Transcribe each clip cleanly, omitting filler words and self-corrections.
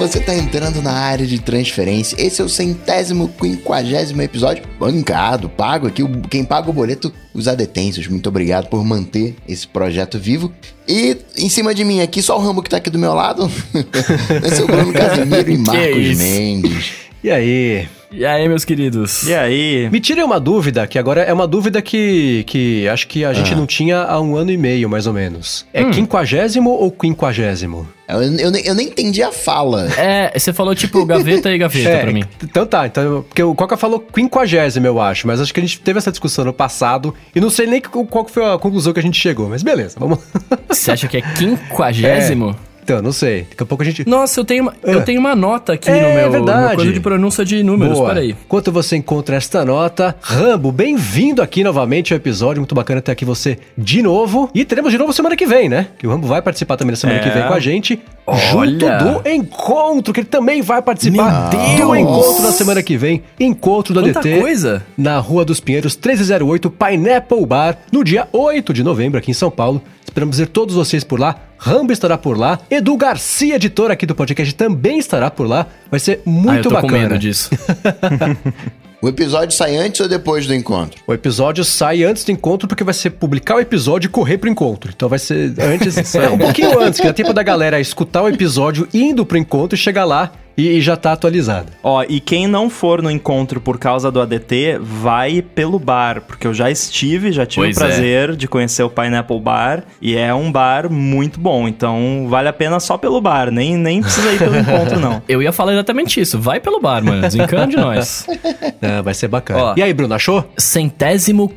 Você tá entrando na área de transferência. Esse é o 150º episódio. Bancado, pago aqui. Quem paga o boleto, os adetêncios. Muito obrigado por manter esse projeto vivo. E em cima de mim aqui, só o Rambo que tá aqui do meu lado. Esse é o Bruno Casimiro e Marcos Mendes. E aí? E aí, meus queridos? E aí? Me tirem uma dúvida, que agora é uma dúvida que acho que a gente não tinha há 1 ano e meio, mais ou menos. É 50º ou 50º? Eu nem entendi a fala. Você falou tipo gaveta e gaveta pra mim. Então tá, porque o Coca falou 50º, eu acho, mas acho que a gente teve essa discussão no passado e não sei nem qual foi a conclusão que a gente chegou, mas beleza, vamos. Você acha que é 50º? Então, não sei. Daqui a pouco a gente... Nossa, eu tenho uma nota aqui no meu coisa de pronúncia de números. Boa. Peraí. Enquanto você encontra esta nota, Rambo, bem-vindo aqui novamente ao episódio. Muito bacana ter aqui você de novo. E teremos de novo semana que vem, né? Que o Rambo vai participar também na semana que vem com a gente. Junto do encontro, que ele também vai participar do encontro na semana que vem. Encontro do Quanta ADT. coisa? Na Rua dos Pinheiros, 1308, Pineapple Bar, no dia 8 de novembro, aqui em São Paulo. Esperamos ver todos vocês por lá. Rambo estará por lá. Edu Garcia, editor aqui do podcast, também estará por lá. Vai ser muito bacana. Eu tô com medo disso. O episódio sai antes ou depois do encontro? O episódio sai antes do encontro porque vai ser publicar o episódio e correr pro encontro. Então vai ser antes, um pouquinho antes, que dá tempo da galera escutar o episódio indo pro encontro e chegar lá e já tá atualizado. Ó, e quem não for no encontro por causa do ADT, vai pelo bar, porque eu já tive o prazer de conhecer o Pineapple Bar, e é um bar muito bom, então vale a pena só pelo bar, nem precisa ir pelo encontro, não. Eu ia falar exatamente isso, vai pelo bar, mano, desencana de nós. Vai ser bacana. Ó, e aí, Bruno, achou? 150º.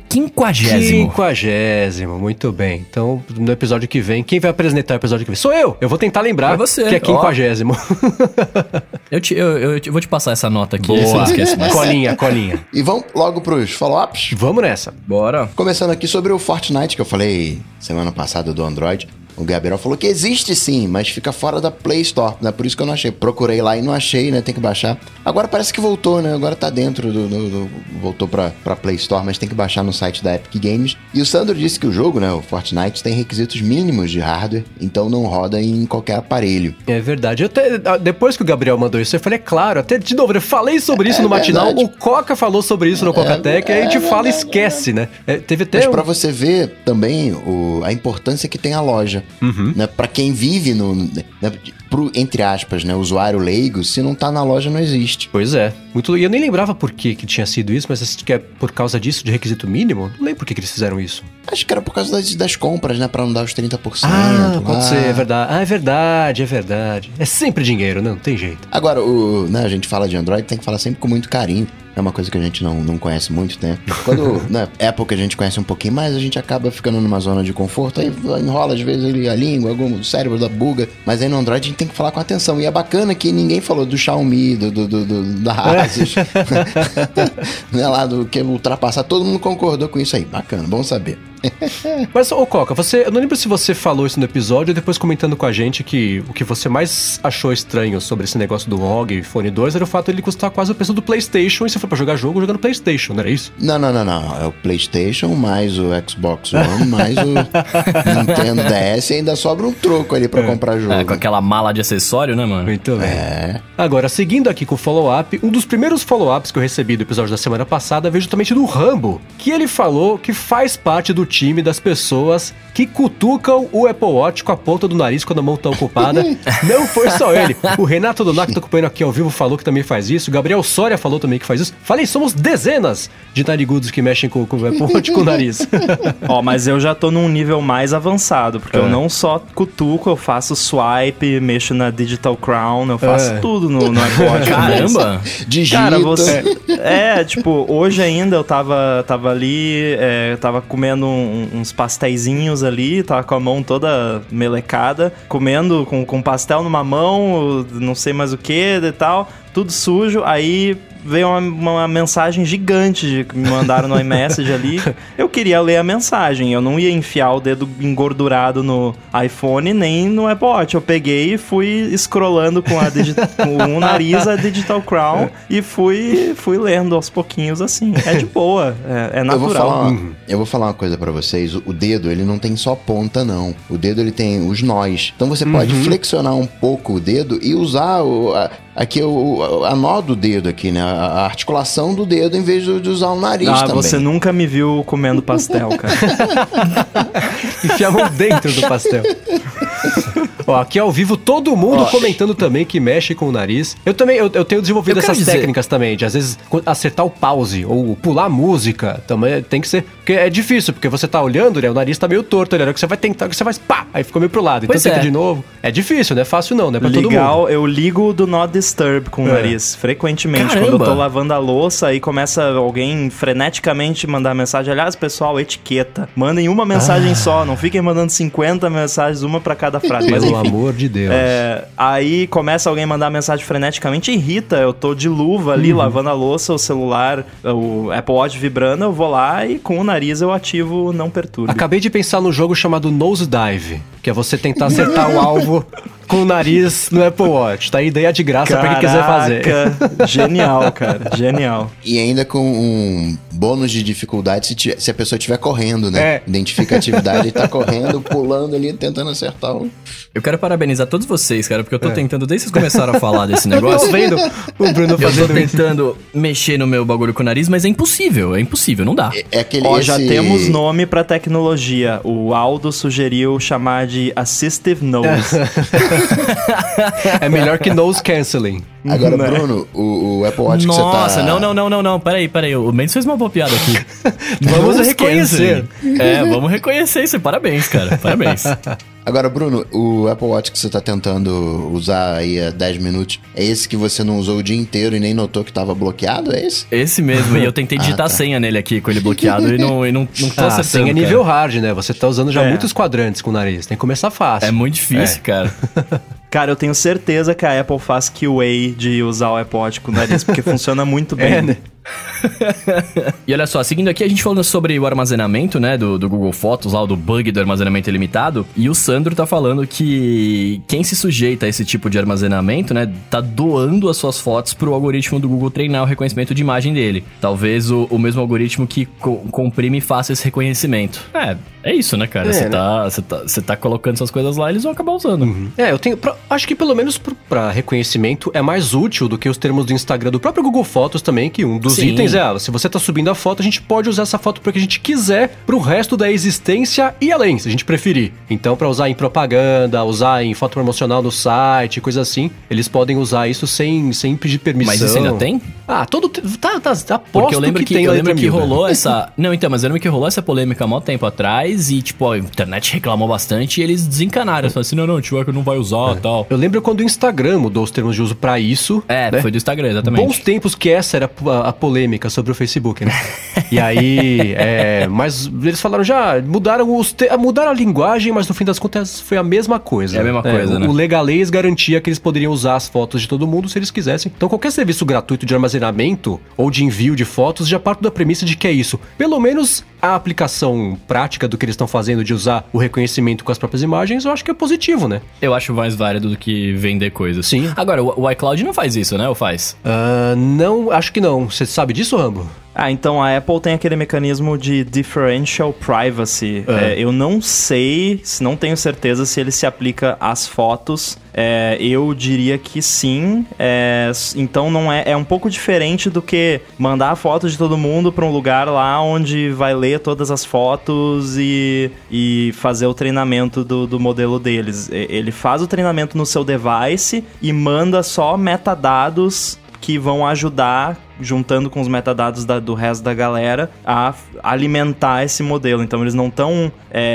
50º, muito bem. Então, no episódio que vem, quem vai apresentar o episódio que vem? Sou eu! Eu vou tentar lembrar você. que é 50º. Eu vou te passar essa nota aqui. Boa. Você não esquece mais. Colinha. E vamos logo pros follow-ups? Vamos nessa. Bora. Começando aqui sobre o Fortnite, que eu falei semana passada do Android. O Gabriel falou que existe sim, mas fica fora da Play Store, né? Por isso que eu não achei. Procurei lá e não achei, né? Tem que baixar. Agora parece que voltou, né? Agora tá dentro voltou pra Play Store, mas tem que baixar no site da Epic Games. E o Sandro disse que o jogo, né? O Fortnite, tem requisitos mínimos de hardware, então não roda em qualquer aparelho. É verdade. Depois que o Gabriel mandou isso, eu falei, claro, até de novo, eu falei sobre isso no matinal, verdade. O Coca falou sobre isso no Coca-Tech, aí a gente fala e esquece, né? Teve até mas pra você ver também a importância que tem a loja. Né, pra quem vive entre aspas, né, usuário leigo, se não tá na loja não existe. Pois é. E eu nem lembrava por que tinha sido isso, mas acho que é por causa disso, de requisito mínimo? Não lembro por que eles fizeram isso. Acho que era por causa das compras, né, pra não dar os 30%. Pode ser, é verdade. É verdade. É sempre dinheiro, não tem jeito. Agora, né, a gente fala de Android, tem que falar sempre com muito carinho. É uma coisa que a gente não conhece muito, né? Quando, na Apple que a gente conhece um pouquinho mais, a gente acaba ficando numa zona de conforto, aí enrola às vezes a língua, o cérebro da buga, mas aí no Android a gente tem que falar com atenção. E é bacana que ninguém falou do Xiaomi, da Asus, né, lá do que ultrapassar, todo mundo concordou com isso aí. Bacana, bom saber. Mas, ô Coca, eu não lembro se você falou isso no episódio e depois comentando com a gente que o que você mais achou estranho sobre esse negócio do ROG Phone 2 era o fato de ele custar quase o preço do PlayStation, e se for pra jogar jogo, joga no PlayStation, não era isso? Não. É o PlayStation mais o Xbox One mais o Nintendo DS, e ainda sobra um troco ali pra comprar jogo. Com aquela mala de acessório, né, mano? Muito bem. Agora, seguindo aqui com o follow-up, um dos primeiros follow-ups que eu recebi do episódio da semana passada veio justamente do Rambo, que ele falou que faz parte do time das pessoas que cutucam o Apple Watch com a ponta do nariz quando a mão tá ocupada. Não foi só ele. O Renato Donato, que tá acompanhando aqui ao vivo, falou que também faz isso. O Gabriel Soria falou também que faz isso. Falei, somos dezenas de narigudos que mexem com o Apple Watch com o nariz. Mas eu já tô num nível mais avançado, porque eu não só cutuco, eu faço swipe, mexo na Digital Crown, eu faço tudo no Apple Watch. Caramba! Digita. Cara, você... tipo, hoje ainda eu tava ali, tava comendo uns pasteizinhos ali, tava com a mão toda melecada, comendo com pastel numa mão, não sei mais o que e tal, tudo sujo, aí veio uma mensagem gigante que me mandaram no iMessage ali. Eu queria ler a mensagem, eu não ia enfiar o dedo engordurado no iPhone nem no Apple Watch. Eu peguei e fui scrollando com o nariz a Digital Crown e fui lendo aos pouquinhos assim. É de boa, é natural. Eu vou falar uma coisa pra vocês. O dedo, ele não tem só ponta, não. O dedo, ele tem os nós. Então você pode flexionar um pouco o dedo e usar a nó do dedo aqui, né? A articulação do dedo em vez de usar o nariz também. Você nunca me viu comendo pastel, cara. Enfiar a mão dentro do pastel. Ó, aqui ao vivo, todo mundo comentando também que mexe com o nariz. Eu tenho desenvolvido essas técnicas também, de às vezes acertar o pause ou pular a música. Também tem que ser. Porque é difícil, porque você tá olhando, né? O nariz tá meio torto, né? Que você vai tentar, que você vai pá! Aí ficou meio pro lado. Então tenta de novo. É difícil, não é fácil não, né? Pra todo mundo. Eu ligo do Not Disturb com o nariz, frequentemente. Caramba. Quando eu tô lavando a louça, aí começa alguém freneticamente mandar mensagem. Aliás, pessoal, etiqueta. Mandem uma mensagem só, não fiquem mandando 50 mensagens, uma pra cada frase. Mas pelo amor de Deus. Aí começa alguém mandar mensagem freneticamente, irrita. Eu tô de luva ali, lavando a louça, o celular, o Apple Watch vibrando, eu vou lá e com o nariz eu ativo o não perturbe. Acabei de pensar no jogo chamado Nose Dive, que é você tentar acertar o alvo com o nariz no Apple Watch. Tá aí ideia de graça pra quem quiser fazer. Genial, cara. Genial. E ainda com um bônus de dificuldade se a pessoa estiver correndo, né? Identifica a atividade e tá correndo, pulando ali, tentando acertar o... Eu quero parabenizar todos vocês, cara, porque eu tô tentando, desde que vocês começaram a falar desse negócio... Tô vendo o Bruno fazendo eu tô tentando mexer no meu bagulho com o nariz, mas é impossível, não dá. Já temos nome pra tecnologia. O Aldo sugeriu chamar de Assistive Nose. É melhor que Nose Canceling. Agora, Bruno, o Apple Watch que você tá... Nossa, não, peraí. O Mendes fez uma boa piada aqui. Vamos reconhecer. Vamos reconhecer isso. Parabéns, cara. Parabéns. Agora, Bruno, o Apple Watch que você tá tentando usar aí há 10 minutos, é esse que você não usou o dia inteiro e nem notou que tava bloqueado, é esse? Esse mesmo, e eu tentei digitar a senha nele aqui com ele bloqueado e não tô acertando, a senha é nível hard, né? Você tá usando já muitos quadrantes com o nariz, tem que começar fácil. É muito difícil, cara. Cara, eu tenho certeza que a Apple faz QA de usar o Apple Watch com o nariz, porque funciona muito bem. Né? E olha só, seguindo aqui, a gente falando sobre o armazenamento, né, do Google Fotos, lá do bug do armazenamento ilimitado, e o Sandro tá falando que quem se sujeita a esse tipo de armazenamento, né, tá doando as suas fotos pro algoritmo do Google treinar o reconhecimento de imagem dele. Talvez o mesmo algoritmo que comprime e faça esse reconhecimento. É isso, né, cara? Você tá colocando essas coisas lá, eles vão acabar usando. Eu tenho... acho que pelo menos pra reconhecimento é mais útil do que os termos do Instagram, do próprio Google Fotos também, que um dos itens se você tá subindo a foto, a gente pode usar essa foto para que a gente quiser pro resto da existência e além, se a gente preferir. Então, para usar em propaganda, usar em foto promocional no site, coisa assim, eles podem usar isso sem pedir permissão. Mas isso ainda tem? Aposto porque eu lembro que rolou essa... Não, então, mas eu lembro que rolou essa polêmica há muito tempo atrás e, tipo, a internet reclamou bastante e eles desencanaram. Eles falaram assim, não, Tio, não vai usar e tal. Eu lembro quando o Instagram mudou os termos de uso pra isso. Né? Foi do Instagram, exatamente. Bons tempos que essa era a polêmica sobre o Facebook, né? E aí, mas eles falaram mudaram a linguagem, mas no fim das contas foi a mesma coisa. É a mesma coisa, né? O legalês garantia que eles poderiam usar as fotos de todo mundo se eles quisessem. Então qualquer serviço gratuito de armazenamento ou de envio de fotos já parte da premissa de que é isso. Pelo menos a aplicação prática do que eles estão fazendo de usar o reconhecimento com as próprias imagens, eu acho que é positivo, né? Eu acho mais válido do que vender coisas. Sim. Agora, o iCloud não faz isso, né? Ou faz? Não, acho que não. Você sabe disso, Rambo? Então a Apple tem aquele mecanismo de differential privacy. Eu não sei, não tenho certeza se ele se aplica às fotos. Eu diria que sim. Então não é um pouco diferente do que mandar a foto de todo mundo para um lugar lá onde vai ler todas as fotos e fazer o treinamento do modelo deles. Ele faz o treinamento no seu device e manda só metadados que vão ajudar, juntando com os metadados do resto da galera, a alimentar esse modelo. Então eles não estão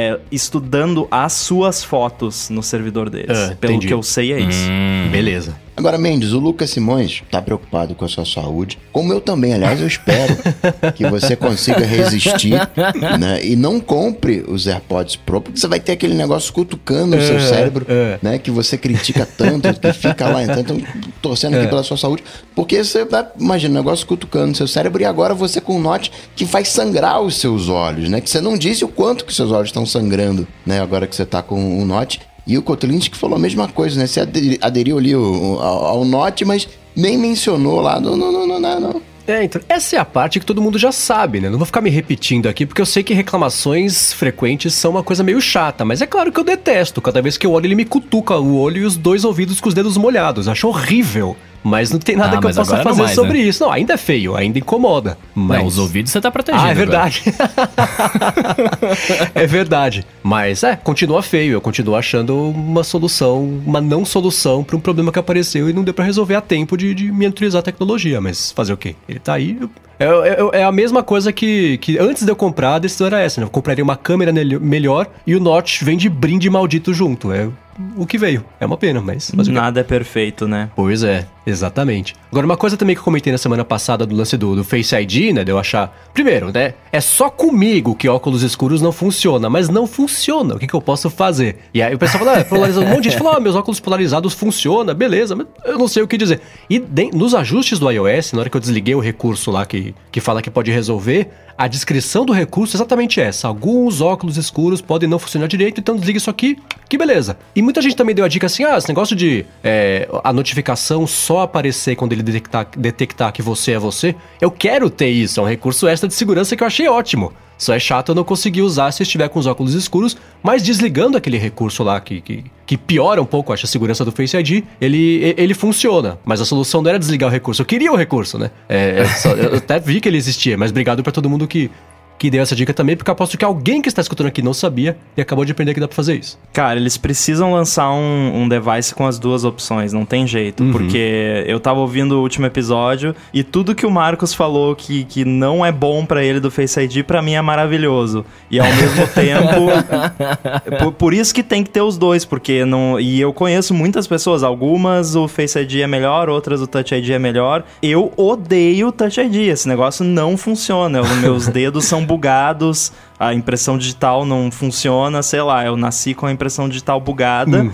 estudando as suas fotos no servidor deles. Pelo que eu sei, é isso. Beleza. Agora, Mendes, o Lucas Simões tá preocupado com a sua saúde, como eu também. Aliás, eu espero que você consiga resistir, né? E não compre os AirPods Pro, porque você vai ter aquele negócio cutucando o seu cérebro, né? Que você critica tanto, que fica lá. Então, torcendo aqui pela sua saúde, porque você vai, imagina, um negócio cutucando o seu cérebro e agora você com um Note que faz sangrar os seus olhos, né? Que você não disse o quanto que seus olhos estão sangrando, né? Agora que você tá com o Note. E o Kotlin que falou a mesma coisa, né? Você aderiu ali ao Note, mas nem mencionou lá no. Então, essa é a parte que todo mundo já sabe, né? Não vou ficar me repetindo aqui, porque eu sei que reclamações frequentes são uma coisa meio chata, mas é claro que eu detesto. Cada vez que eu olho, ele me cutuca o olho e os 2 ouvidos com os dedos molhados. Acho horrível. Mas não tem nada que eu possa fazer mais, sobre isso. Não, ainda é feio, ainda incomoda. Mas... Não, os ouvidos você tá protegido. É verdade. É verdade. Mas continua feio. Eu continuo achando uma solução, uma não solução para um problema que apareceu e não deu para resolver a tempo de miniaturizar a tecnologia. Mas fazer o quê? Ele tá aí. É a mesma coisa que antes de eu comprar, a decisão era essa, né? Eu compraria uma câmera melhor e o Notch vem de brinde maldito junto. É o que veio. É uma pena, mas nada é perfeito, né? Pois é, exatamente. Agora, uma coisa também que eu comentei na semana passada do lance do Face ID, né? De eu achar... Primeiro, né? É só comigo que óculos escuros não funciona, mas não funciona. O que eu posso fazer? E aí o pessoal fala, polarizado. Um monte de gente fala, meus óculos polarizados funcionam, beleza, mas eu não sei o que dizer. E nos ajustes do iOS, na hora que eu desliguei o recurso lá que fala que pode resolver, a descrição do recurso é exatamente essa. Alguns óculos escuros podem não funcionar direito, então desliga isso aqui, que beleza. E muita gente também deu a dica assim, esse negócio de a notificação só aparecer quando ele detectar que você é você, eu quero ter isso, é um recurso extra de segurança que eu achei ótimo. Só é chato eu não conseguir usar se estiver com os óculos escuros, mas desligando aquele recurso lá que piora um pouco, acho, a segurança do Face ID, ele funciona. Mas a solução não era desligar o recurso, eu queria o recurso, né? Eu até vi que ele existia, mas obrigado pra todo mundo que deu essa dica também, porque eu aposto que alguém que está escutando aqui não sabia e acabou de aprender que dá pra fazer isso. Cara, eles precisam lançar um device com as duas opções, não tem jeito, porque eu tava ouvindo o último episódio e tudo que o Marcos falou que não é bom pra ele do Face ID, pra mim é maravilhoso. E ao mesmo tempo, por isso que tem que ter os dois, porque não... E eu conheço muitas pessoas, algumas o Face ID é melhor, outras o Touch ID é melhor. Eu odeio o Touch ID, esse negócio não funciona, meus dedos são bugados, a impressão digital não funciona, sei lá, eu nasci com a impressão digital bugada.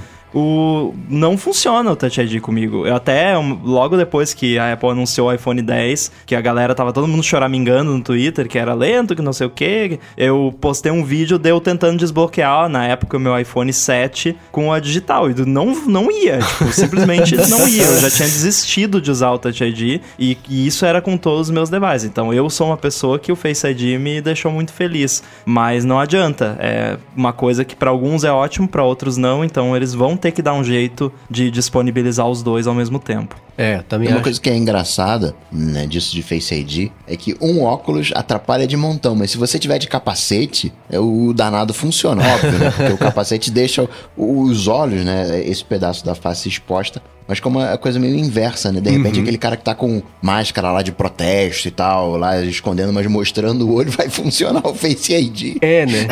Não funciona o Touch ID comigo. Eu até, logo depois que a Apple anunciou o iPhone 10, que a galera tava todo mundo choramingando no Twitter, que era lento, que não sei o que, eu postei um vídeo de eu tentando desbloquear, na época, o meu iPhone 7 com a digital, e não ia, simplesmente não ia. Eu já tinha desistido de usar o Touch ID, e isso era com todos os meus devices. Então, eu sou uma pessoa que o Face ID me deixou muito feliz, mas não adianta. É uma coisa que para alguns é ótimo, para outros não, então eles vão ter que dar um jeito de disponibilizar os dois ao mesmo tempo. Também uma coisa que é engraçada, né, disso de Face ID, é que um óculos atrapalha de montão, mas se você tiver de capacete, o danado funciona, óbvio, né? Porque o capacete deixa os olhos, né, esse pedaço da face exposta, mas como é coisa meio inversa, né? De repente aquele cara que tá com máscara lá de protesto e tal, lá escondendo, mas mostrando o olho, vai funcionar o Face ID. Né?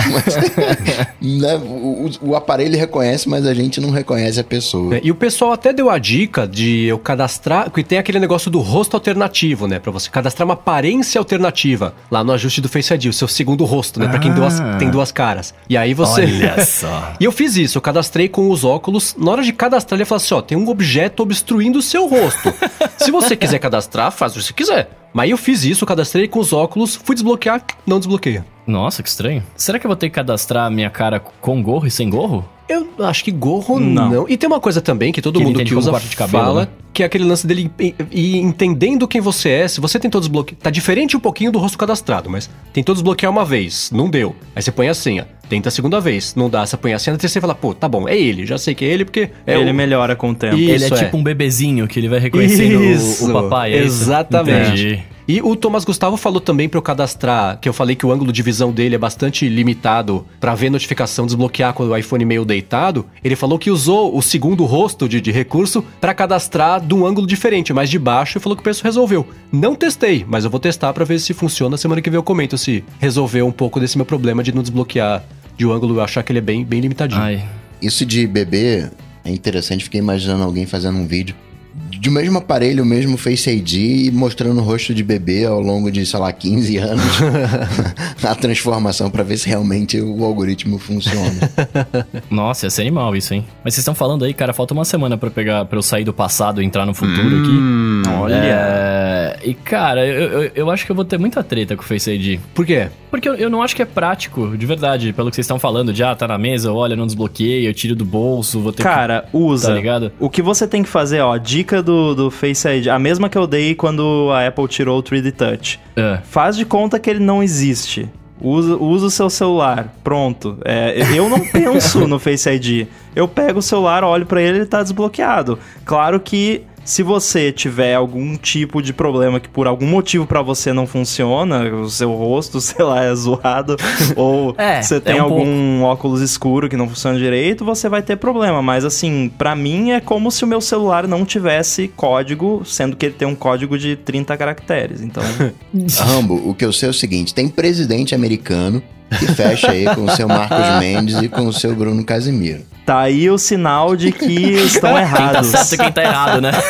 Mas, né, o aparelho reconhece, mas a gente não reconhece a pessoa. E o pessoal até deu a dica de eu cadastrar, que tem aquele negócio do rosto alternativo, né? Pra você cadastrar uma aparência alternativa lá no ajuste do Face ID, o seu segundo rosto, né? Pra quem tem duas caras. E aí você... Olha só. E eu fiz isso, eu cadastrei com os óculos. Na hora de cadastrar, ele falou assim, tem um objeto obstruindo o seu rosto. Se você quiser cadastrar, faz o que você quiser. Mas eu fiz isso, cadastrei com os óculos, fui desbloquear, não desbloqueia. Nossa, que estranho. Será que eu vou ter que cadastrar a minha cara com gorro e sem gorro? Eu acho que gorro não. E tem uma coisa também que todo mundo que usa fala, né? Que é aquele lance dele ir entendendo quem você é. Se você tentou desbloquear... Tá diferente um pouquinho do rosto cadastrado, mas tentou desbloquear uma vez, não deu. Aí você põe a senha. Tenta a segunda vez, não dá, você põe a senha, na terceira você fala, tá bom, é ele, já sei que é ele, porque... Ele melhora com o tempo. Ele é tipo um bebezinho que ele vai reconhecendo o papai, é exatamente. Isso? Entendi. E o Thomas Gustavo falou também pra eu cadastrar, que eu falei que o ângulo de visão dele é bastante limitado pra ver notificação, desbloquear com o iPhone meio deitado. Ele falou que usou o segundo rosto de recurso pra cadastrar de um ângulo diferente, mais de baixo, e falou que o preço resolveu. Não testei, mas eu vou testar pra ver se funciona. Semana que vem eu comento se resolveu um pouco desse meu problema de não desbloquear de um ângulo, eu achar que ele é bem limitadinho. Isso de bebê é interessante, fiquei imaginando alguém fazendo um vídeo de mesmo aparelho, o mesmo Face ID e mostrando o rosto de bebê ao longo de, sei lá, 15 anos na transformação pra ver se realmente o algoritmo funciona. Nossa, ia ser animal isso, hein? Mas vocês estão falando aí, cara, falta uma semana pra eu sair do passado e entrar no futuro aqui. Olha! E, cara, eu acho que eu vou ter muita treta com o Face ID. Por quê? Porque eu não acho que é prático, de verdade, pelo que vocês estão falando, de tá na mesa, olha, não desbloqueei, eu tiro do bolso, vou ter Cara, usa. Tá ligado? O que você tem que fazer, ó, dica do Face ID, a mesma que eu dei quando a Apple tirou o 3D Touch. Faz de conta que ele não existe. Usa o seu celular, pronto. Eu não penso no Face ID. Eu pego o celular, olho pra ele, ele tá desbloqueado. Claro que se você tiver algum tipo de problema que por algum motivo pra você não funciona, o seu rosto, sei lá, é zoado, ou você tem algum óculos escuro que não funciona direito, você vai ter problema. Mas assim, pra mim é como se o meu celular não tivesse código, sendo que ele tem um código de 30 caracteres, então... Rambo, o que eu sei é o seguinte, tem presidente americano que fecha aí com o seu Marcos Mendes e com o seu Bruno Casimiro. Tá aí o sinal de que estão errados. Quem tá certo e quem tá errado, né?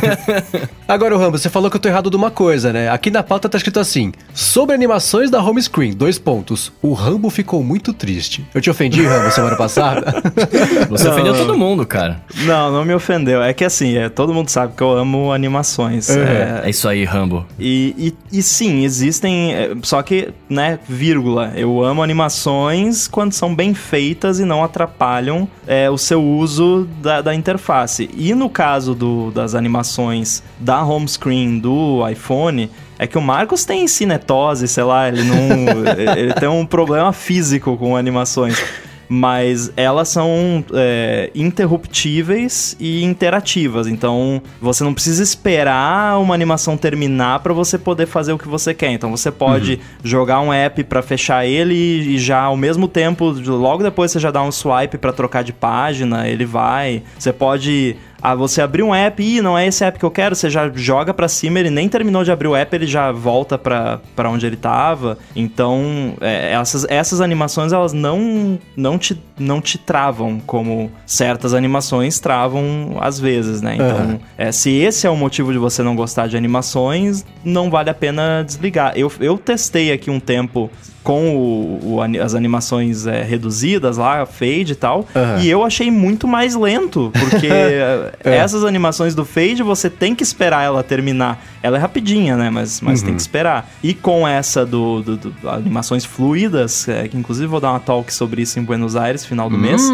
Agora, Rambo, você falou que eu tô errado de uma coisa, né? Aqui na pauta tá escrito assim: sobre animações da home screen, 2 pontos. O Rambo ficou muito triste. Eu te ofendi, Rambo, semana passada? Você ofendeu todo mundo, cara. Não me ofendeu. É que assim, todo mundo sabe que eu amo animações. É isso aí, Rambo. E sim, existem... Só que, né, vírgula, eu amo animações quando são bem feitas e não atrapalham o seu uso da interface. E no caso das animações da home screen do iPhone, é que o Marcos tem cinetose, sei lá, ele tem um problema físico com animações. Mas elas são interruptíveis e interativas. Então, você não precisa esperar uma animação terminar para você poder fazer o que você quer. Então, você pode jogar um app para fechar ele e já, ao mesmo tempo, logo depois você já dá um swipe para trocar de página, ele vai. Você pode... você abriu um app e não é esse app que eu quero, você já joga pra cima, ele nem terminou de abrir o app, ele já volta pra onde ele tava. Então, essas animações, elas não te travam como certas animações travam às vezes, né? Então, se esse é o motivo de você não gostar de animações, não vale a pena desligar. Eu testei aqui um tempo com as animações reduzidas lá, fade e tal, e eu achei muito mais lento, porque essas animações do fade, você tem que esperar ela terminar. Ela é rapidinha, né, mas tem que esperar. E com essa do animações fluidas, que inclusive vou dar uma talk sobre isso em Buenos Aires, final do mês,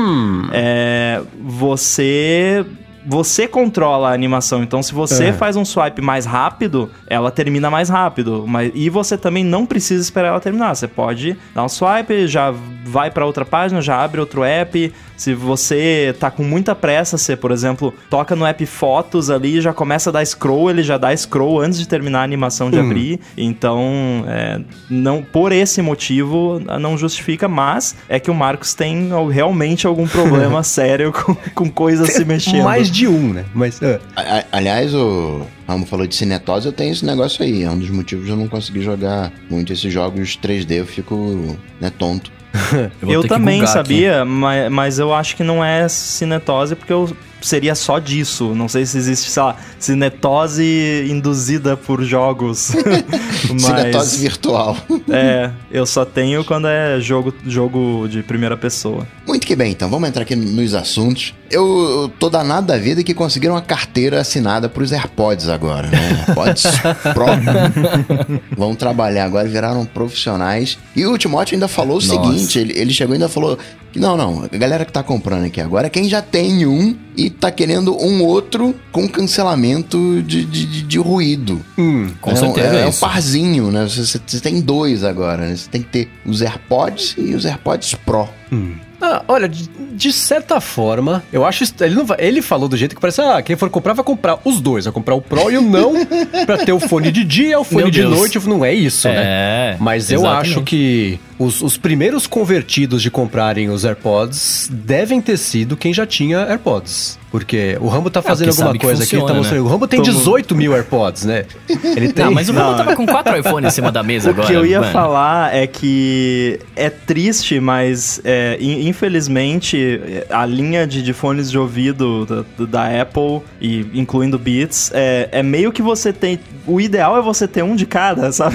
você controla a animação. Então, se você faz um swipe mais rápido, ela termina mais rápido. E você também não precisa esperar ela terminar. Você pode dar um swipe, já vai para outra página, já abre outro app. Se você tá com muita pressa, você, por exemplo, toca no app Fotos ali e já começa a dar scroll, ele já dá scroll antes de terminar a animação de abrir. Então, não, por esse motivo, não justifica, mas é que o Marcos tem realmente algum problema sério com coisas se mexendo. Mais de um, né? Mas, aliás, o Ramo falou de cinetose, eu tenho esse negócio aí. É um dos motivos de eu não conseguir jogar muito esses jogos 3D, eu fico, tonto. Eu também sabia, mas eu acho que não é cinetose, porque seria só disso. Não sei se existe, sei lá, cinetose induzida por jogos. Mas... cinetose virtual. Eu só tenho quando é jogo de primeira pessoa. Muito que bem, então vamos entrar aqui nos assuntos. Eu tô danado da vida que conseguiram uma carteira assinada pros AirPods agora, né? AirPods Pro. Vão trabalhar agora, viraram profissionais. E o Timóteo ainda falou o seguinte, ele chegou e ainda falou que não, a galera que tá comprando aqui agora é quem já tem um e tá querendo um outro com cancelamento de ruído. Com certeza é um parzinho, né? Você tem 2 agora, né? Você tem que ter os AirPods e os AirPods Pro. Olha, de certa forma, eu acho... Ele falou do jeito que parece... quem for comprar, vai comprar os dois. Vai comprar o Pro e o não, pra ter o fone de dia, o fone de noite. Não é isso, né? Mas eu acho que os primeiros convertidos de comprarem os AirPods devem ter sido quem já tinha AirPods. Porque o Rambo tá fazendo alguma coisa funciona, aqui, tá mostrando. Né? O Rambo tem 18 mil AirPods, né? Ele tem... Não, mas o Rambo tava com 4 iPhones em cima da mesa agora. O que eu ia falar é que é triste, mas infelizmente a linha de fones de ouvido da Apple, e incluindo Beats, é meio que você tem... O ideal é você ter um de cada, sabe?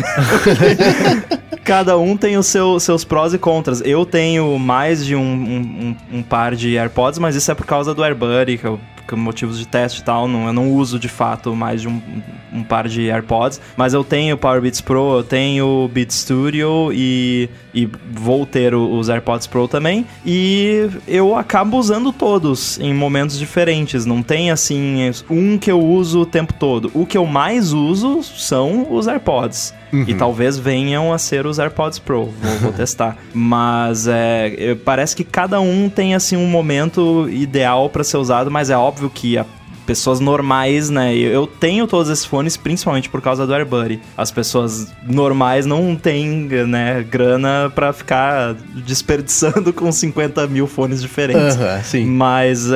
Cada um tem os seus prós e contras. Eu tenho mais de um par de AirPods, mas isso é por causa do AirBuddy, que motivos de teste e tal, eu não uso de fato mais de um par de AirPods, mas eu tenho o Powerbeats Pro, eu tenho o Beats Studio e vou ter os AirPods Pro também, e eu acabo usando todos em momentos diferentes, não tem assim um que eu uso o tempo todo. O que eu mais uso são os AirPods. Uhum. E talvez venham a ser os AirPods Pro, vou testar. Mas parece que cada um tem assim um momento ideal para ser usado, mas é óbvio que pessoas normais, né? Eu tenho todos esses fones principalmente por causa do AirBuddy. As pessoas normais não têm, né, grana pra ficar desperdiçando com 50 mil fones diferentes. Sim. Mas,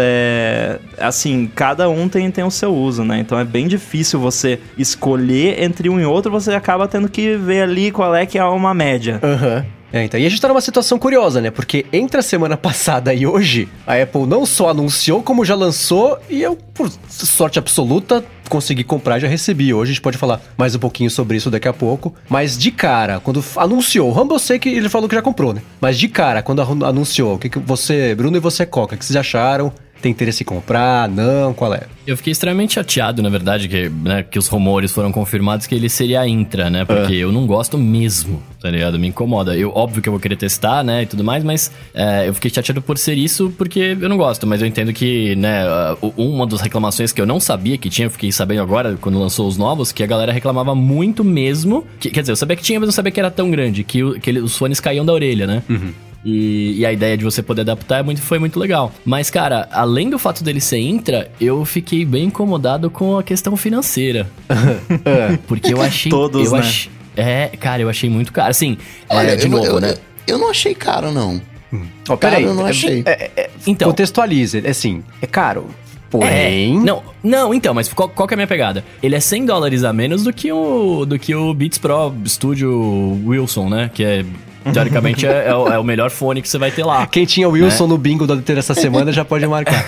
assim, cada um tem o seu uso, né? Então é bem difícil você escolher entre um e outro, você acaba tendo que ver ali qual é que é uma média. Então, e a gente tá numa situação curiosa, né? Porque entre a semana passada e hoje, a Apple não só anunciou, como já lançou, e eu, por sorte absoluta, consegui comprar, já recebi. Hoje a gente pode falar mais um pouquinho sobre isso daqui a pouco. Mas de cara, quando anunciou, o Rambo eu sei que ele falou que já comprou, né? Mas de cara, quando anunciou, o que você, Bruno e você, Coca, o que vocês acharam? Tem interesse em comprar? Não? Qual é? Eu fiquei extremamente chateado, na verdade, que os rumores foram confirmados que ele seria a Intra, né? Porque eu não gosto mesmo, tá ligado? Me incomoda. Óbvio que eu vou querer testar, né? E tudo mais, mas eu fiquei chateado por ser isso porque eu não gosto. Mas eu entendo que, né? Uma das reclamações que eu não sabia que tinha, eu fiquei sabendo agora, quando lançou os novos, que a galera reclamava muito mesmo. Quer dizer, eu sabia que tinha, mas não sabia que era tão grande, que os fones caíam da orelha, né? Uhum. E a ideia de você poder adaptar foi muito legal. Mas, cara, além do fato dele ser Intra, eu fiquei bem incomodado com a questão financeira. Porque eu achei... Todos, né? Cara, eu achei muito caro. Assim, né? Eu não achei caro, não. Peraí, eu não achei. Então, contextualize. Assim, é caro. Porém... Não, então, mas qual que é a minha pegada? Ele é $100 a menos do que o Beats Pro Studio Wilson, né? Que é... Teoricamente é o melhor fone que você vai ter lá. Quem tinha o Wilson, né, no bingo do ADT essa semana já pode marcar.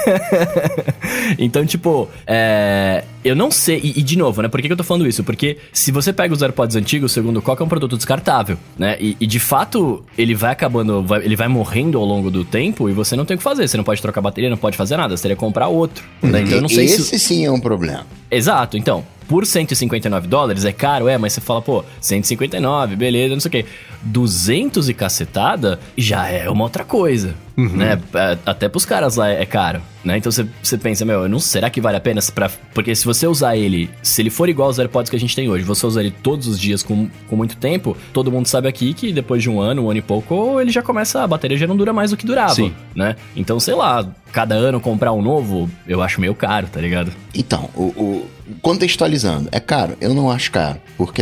Então, tipo, eu não sei. E de novo, né? Por que eu tô falando isso? Porque se você pega os AirPods antigos, segundo o Coca, é um produto descartável, né? E de fato, ele vai acabando, ele vai morrendo ao longo do tempo e você não tem o que fazer. Você não pode trocar bateria, não pode fazer nada. Você teria que comprar outro. Né? Então eu não sei Esse sim é um problema. Exato, então. Por $159 é caro, mas você fala, pô, 159, beleza, não sei o quê. 200 e cacetada já é uma outra coisa, né? Até pros caras lá é caro, né? Então você pensa, será que vale a pena? Porque se você usar ele, se ele for igual aos AirPods que a gente tem hoje, você usar ele todos os dias com muito tempo, todo mundo sabe aqui que depois de um ano e pouco, ele já começa, a bateria já não dura mais do que durava, sim, né? Então, sei lá, cada ano comprar um novo, eu acho meio caro, tá ligado? Então, contextualizando, é caro? Eu não acho caro, porque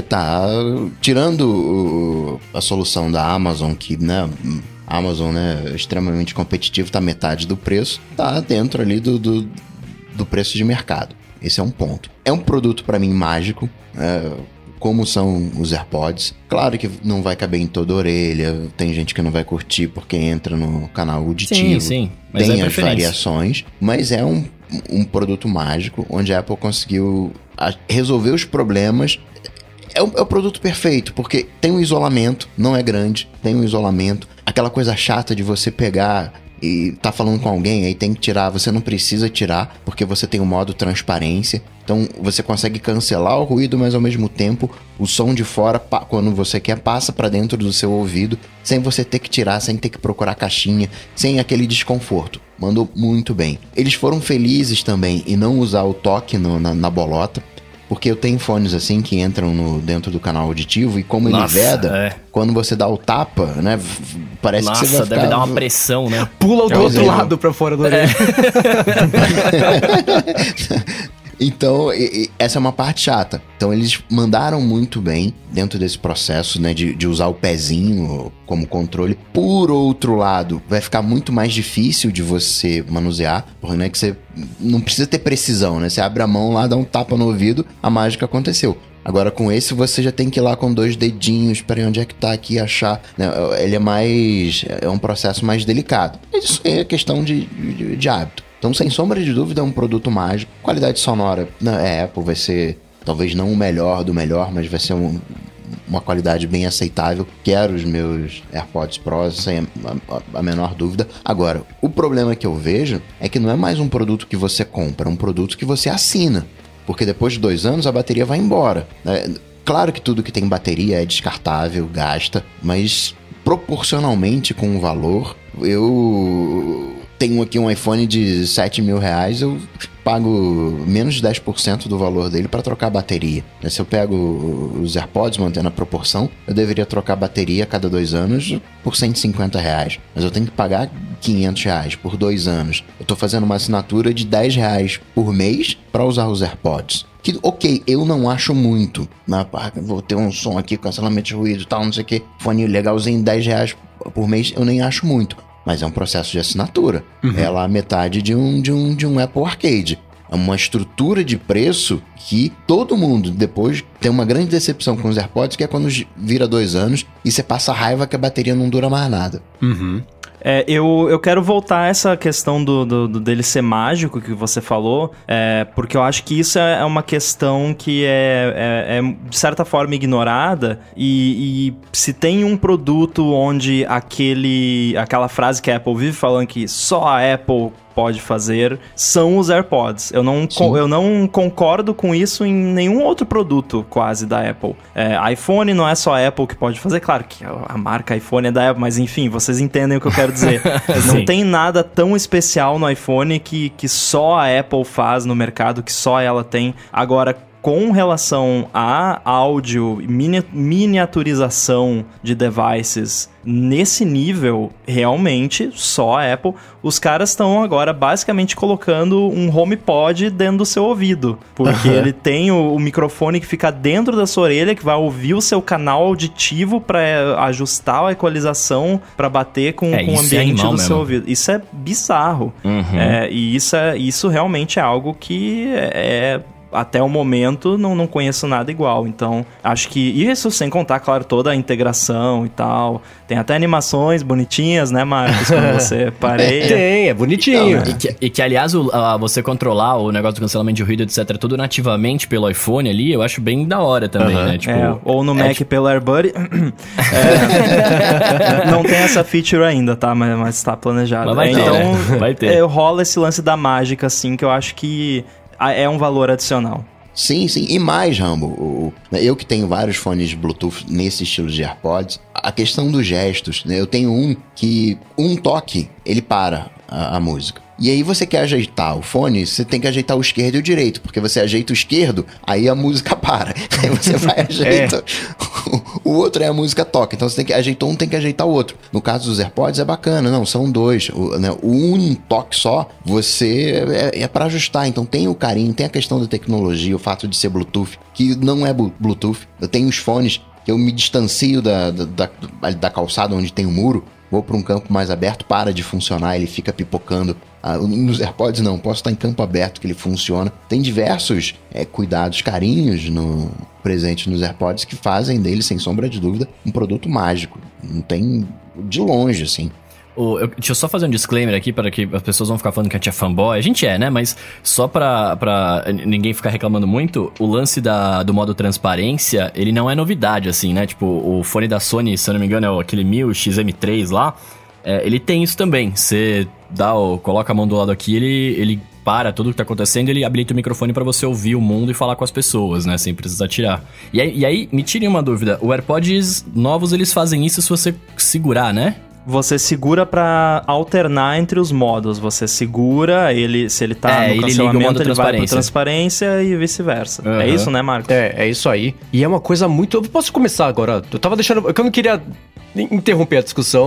tirando a solução da Amazon, que, né, a Amazon, né, é extremamente competitivo, tá metade do preço, tá dentro ali do preço de mercado. Esse é um ponto. É um produto para mim mágico, como são os AirPods. Claro que não vai caber em toda a orelha, tem gente que não vai curtir porque entra no canal auditivo. Sim, mas tem as variações, mas é um produto mágico, onde a Apple conseguiu resolver os problemas. É o produto perfeito, porque tem um isolamento, não é grande, tem um isolamento. Aquela coisa chata de você pegar e tá falando com alguém, aí tem que tirar, você não precisa tirar, porque você tem o modo transparência. Então você consegue cancelar o ruído, mas ao mesmo tempo o som de fora, quando você quer, passa para dentro do seu ouvido, sem você ter que tirar, sem ter que procurar caixinha, sem aquele desconforto. Mandou muito bem. Eles foram felizes também em não usar o toque na bolota, porque eu tenho fones assim que entram dentro do canal auditivo e como ele veda, quando você dá o tapa, né, parece que você vai ficar... deve dar uma pressão, né? Pula do outro lado pra fora da orelha. Então, essa é uma parte chata. Então eles mandaram muito bem dentro desse processo, né, de usar o pezinho como controle. Por outro lado, vai ficar muito mais difícil de você manusear, porque não é que você não precisa ter precisão, né? Você abre a mão lá, dá um tapa no ouvido, a mágica aconteceu. Agora com esse você já tem que ir lá com 2 dedinhos, peraí, onde é que tá aqui, achar, né? Ele é um processo mais delicado. Mas isso é questão de hábito. Então, sem sombra de dúvida, é um produto mágico. Qualidade sonora, a Apple vai ser, talvez não o melhor do melhor, mas vai ser uma qualidade bem aceitável. Quero os meus AirPods Pro, sem a menor dúvida. Agora, o problema que eu vejo é que não é mais um produto que você compra, é um produto que você assina. Porque depois de 2 anos a bateria vai embora. Claro que tudo que tem bateria é descartável, gasta, mas proporcionalmente com o valor, eu tenho aqui um iPhone de R$7.000, eu pago menos de 10% do valor dele para trocar a bateria. Se eu pego os AirPods, mantendo a proporção, eu deveria trocar a bateria a cada 2 anos por R$150. Mas eu tenho que pagar R$500 por 2 anos. Eu estou fazendo uma assinatura de R$10 por mês para usar os AirPods. Que, ok, eu não acho muito. Vou ter um som aqui, cancelamento de ruído e tal, não sei o que. Fone legalzinho, R$10 por mês, eu nem acho muito. Mas é um processo de assinatura. É lá a metade de um Apple Arcade. É uma estrutura de preço que todo mundo depois tem uma grande decepção com os AirPods, que é quando vira 2 anos e você passa raiva que a bateria não dura mais nada. Eu quero voltar a essa questão dele ser mágico que você falou, porque eu acho que isso é uma questão que é de certa forma ignorada, e se tem um produto onde aquela frase que a Apple vive falando que só a Apple pode fazer, são os AirPods. Eu não concordo com isso em nenhum outro produto quase da Apple. iPhone não é só a Apple que pode fazer, claro que a marca iPhone é da Apple, mas enfim, vocês entendem o que eu quero dizer. Não tem nada tão especial no iPhone que só a Apple faz no mercado, que só ela tem. Agora, com relação a áudio, miniaturização de devices, nesse nível, realmente, só a Apple. Os caras estão agora basicamente colocando um HomePod dentro do seu ouvido. Porque ele tem o microfone que fica dentro da sua orelha, que vai ouvir o seu canal auditivo para ajustar a equalização para bater com o ambiente do seu ouvido. Isso é bizarro. E isso realmente é algo que até o momento, não conheço nada igual. Então, acho que isso sem contar, claro, toda a integração e tal. Tem até animações bonitinhas, né, Marcos? Quando você pareia. Tem, é bonitinho. E que aliás, você controlar o negócio do cancelamento de ruído, etc., tudo nativamente pelo iPhone ali, eu acho bem da hora também, né? Tipo, ou no Mac pelo AirBuddy. Não tem essa feature ainda, tá? Mas tá planejado. Mas vai ter, então, vai ter. Rola esse lance da mágica, assim, que eu acho que é um valor adicional. Sim. E mais, Rambo, eu que tenho vários fones Bluetooth nesse estilo de AirPods, a questão dos gestos, né? Eu tenho um que um toque, ele para a música. E aí você quer ajeitar o fone, você tem que ajeitar o esquerdo e o direito, porque você ajeita o esquerdo, aí a música para. Aí você vai ajeitar o outro, aí a música toca. Então você tem que ajeitar um, tem que ajeitar o outro. No caso dos AirPods é bacana, não, são 2. Um toque só, você é para ajustar. Então tem o carinho, tem a questão da tecnologia, o fato de ser Bluetooth, que não é Bluetooth. Eu tenho os fones que eu me distancio da calçada onde tem o muro, vou para um campo mais aberto, para de funcionar, ele fica pipocando. Nos AirPods não, posso estar em campo aberto que ele funciona. Tem diversos cuidados, carinhos presentes nos AirPods que fazem dele, sem sombra de dúvida, um produto mágico. Não tem de longe, assim. Deixa eu só fazer um disclaimer aqui para que as pessoas vão ficar falando que a gente é fanboy. A gente né? Mas só pra ninguém ficar reclamando muito, o lance do modo transparência, ele não é novidade, assim, né? Tipo, o fone da Sony, se eu não me engano, é aquele 1000 XM3 lá, ele tem isso também. Você coloca a mão do lado aqui, ele para tudo que tá acontecendo, ele habilita o microfone pra você ouvir o mundo e falar com as pessoas, né? Sem precisar tirar. E aí, me tirem uma dúvida, o AirPods novos, eles fazem isso se você segurar, né? Você segura pra alternar entre os modos. Você segura, se ele tá no cancelamento, ele vai pra transparência e vice-versa. É isso, né, Marcos? É isso aí. E é uma coisa muito... Eu posso começar agora? Eu tava deixando... Eu não queria interromper a discussão, porque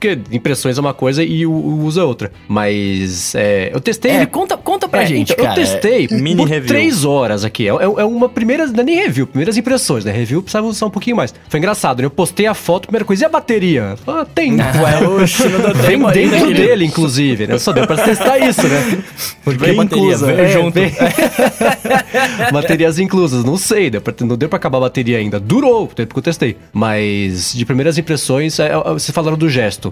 porque impressões é uma coisa e o uso é outra. Mas eu testei... Conta pra gente, então, cara. Eu testei Mini por review. 3 horas aqui. É uma primeira... Não é nem review, primeiras impressões, né? Review precisava usar um pouquinho mais. Foi engraçado, né? Eu postei a foto, primeira coisa, e a bateria? Tem. Oxe, não dá Vem tempo ainda, dentro querido. dele, inclusive, né? Só deu pra testar isso, né? Porque a bateria veio junto. Baterias inclusas, não sei, não deu pra acabar a bateria ainda. Durou o tempo que eu testei. Mas, de primeiras impressões, vocês falaram do gesto.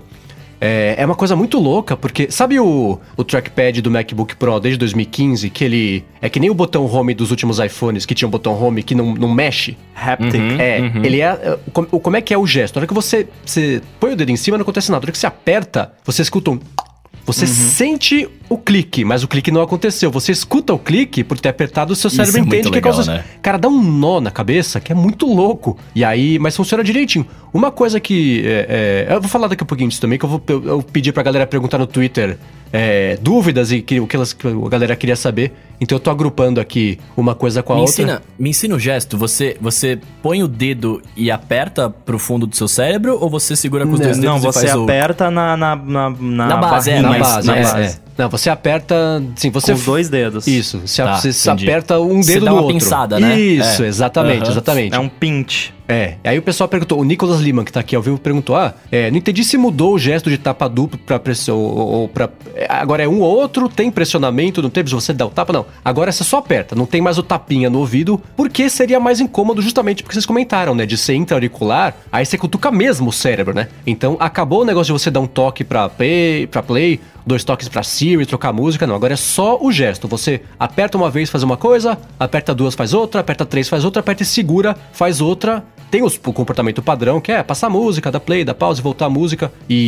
É uma coisa muito louca, porque sabe o trackpad do MacBook Pro desde 2015, que ele é que nem o botão home dos últimos iPhones, que tinha um botão home que não mexe? Haptic. Ele como é que é o gesto? Na hora que você põe o dedo em cima, não acontece nada. Na hora que você aperta, você escuta um... Você sente o clique, mas o clique não aconteceu. Você escuta o clique por ter apertado, o seu cérebro entende que legal, causa... né? Cara, dá um nó na cabeça que é muito louco. E aí, mas funciona direitinho. Uma coisa que... eu vou falar daqui a pouquinho disso também, que eu pedi pra galera perguntar no Twitter dúvidas e o que a galera queria saber. Então eu tô agrupando aqui uma coisa com a outra. Me ensina o gesto. Você põe o dedo e aperta pro fundo do seu cérebro ou você segura com os dois dedos Não, e você faz aperta na base, barrinha. Na base. Não, você aperta... Sim, você Com os dois dedos. Isso, você entendi. aperta um Você dedo dá no uma outro. pinçada, né? Isso, exatamente, exatamente. É um pinch. Aí o pessoal perguntou, o Nicolas Lima, que tá aqui ao vivo, perguntou, não entendi se mudou o gesto de tapa duplo pra pressão, ou pra... Agora é um ou outro, tem pressionamento, não tem, se você dá o tapa, não. Agora você só aperta, não tem mais o tapinha no ouvido, porque seria mais incômodo justamente porque vocês comentaram, né, de ser intra-auricular, aí você cutuca mesmo o cérebro, né? Então acabou o negócio de você dar um toque pra play, 2 toques pra Siri, trocar música, não. Agora é só o gesto. Você aperta uma vez, faz uma coisa, aperta 2, faz outra, aperta 3, faz outra, aperta e segura, faz outra. Tem o comportamento padrão, que é passar a música, dar play, dar pause, voltar a música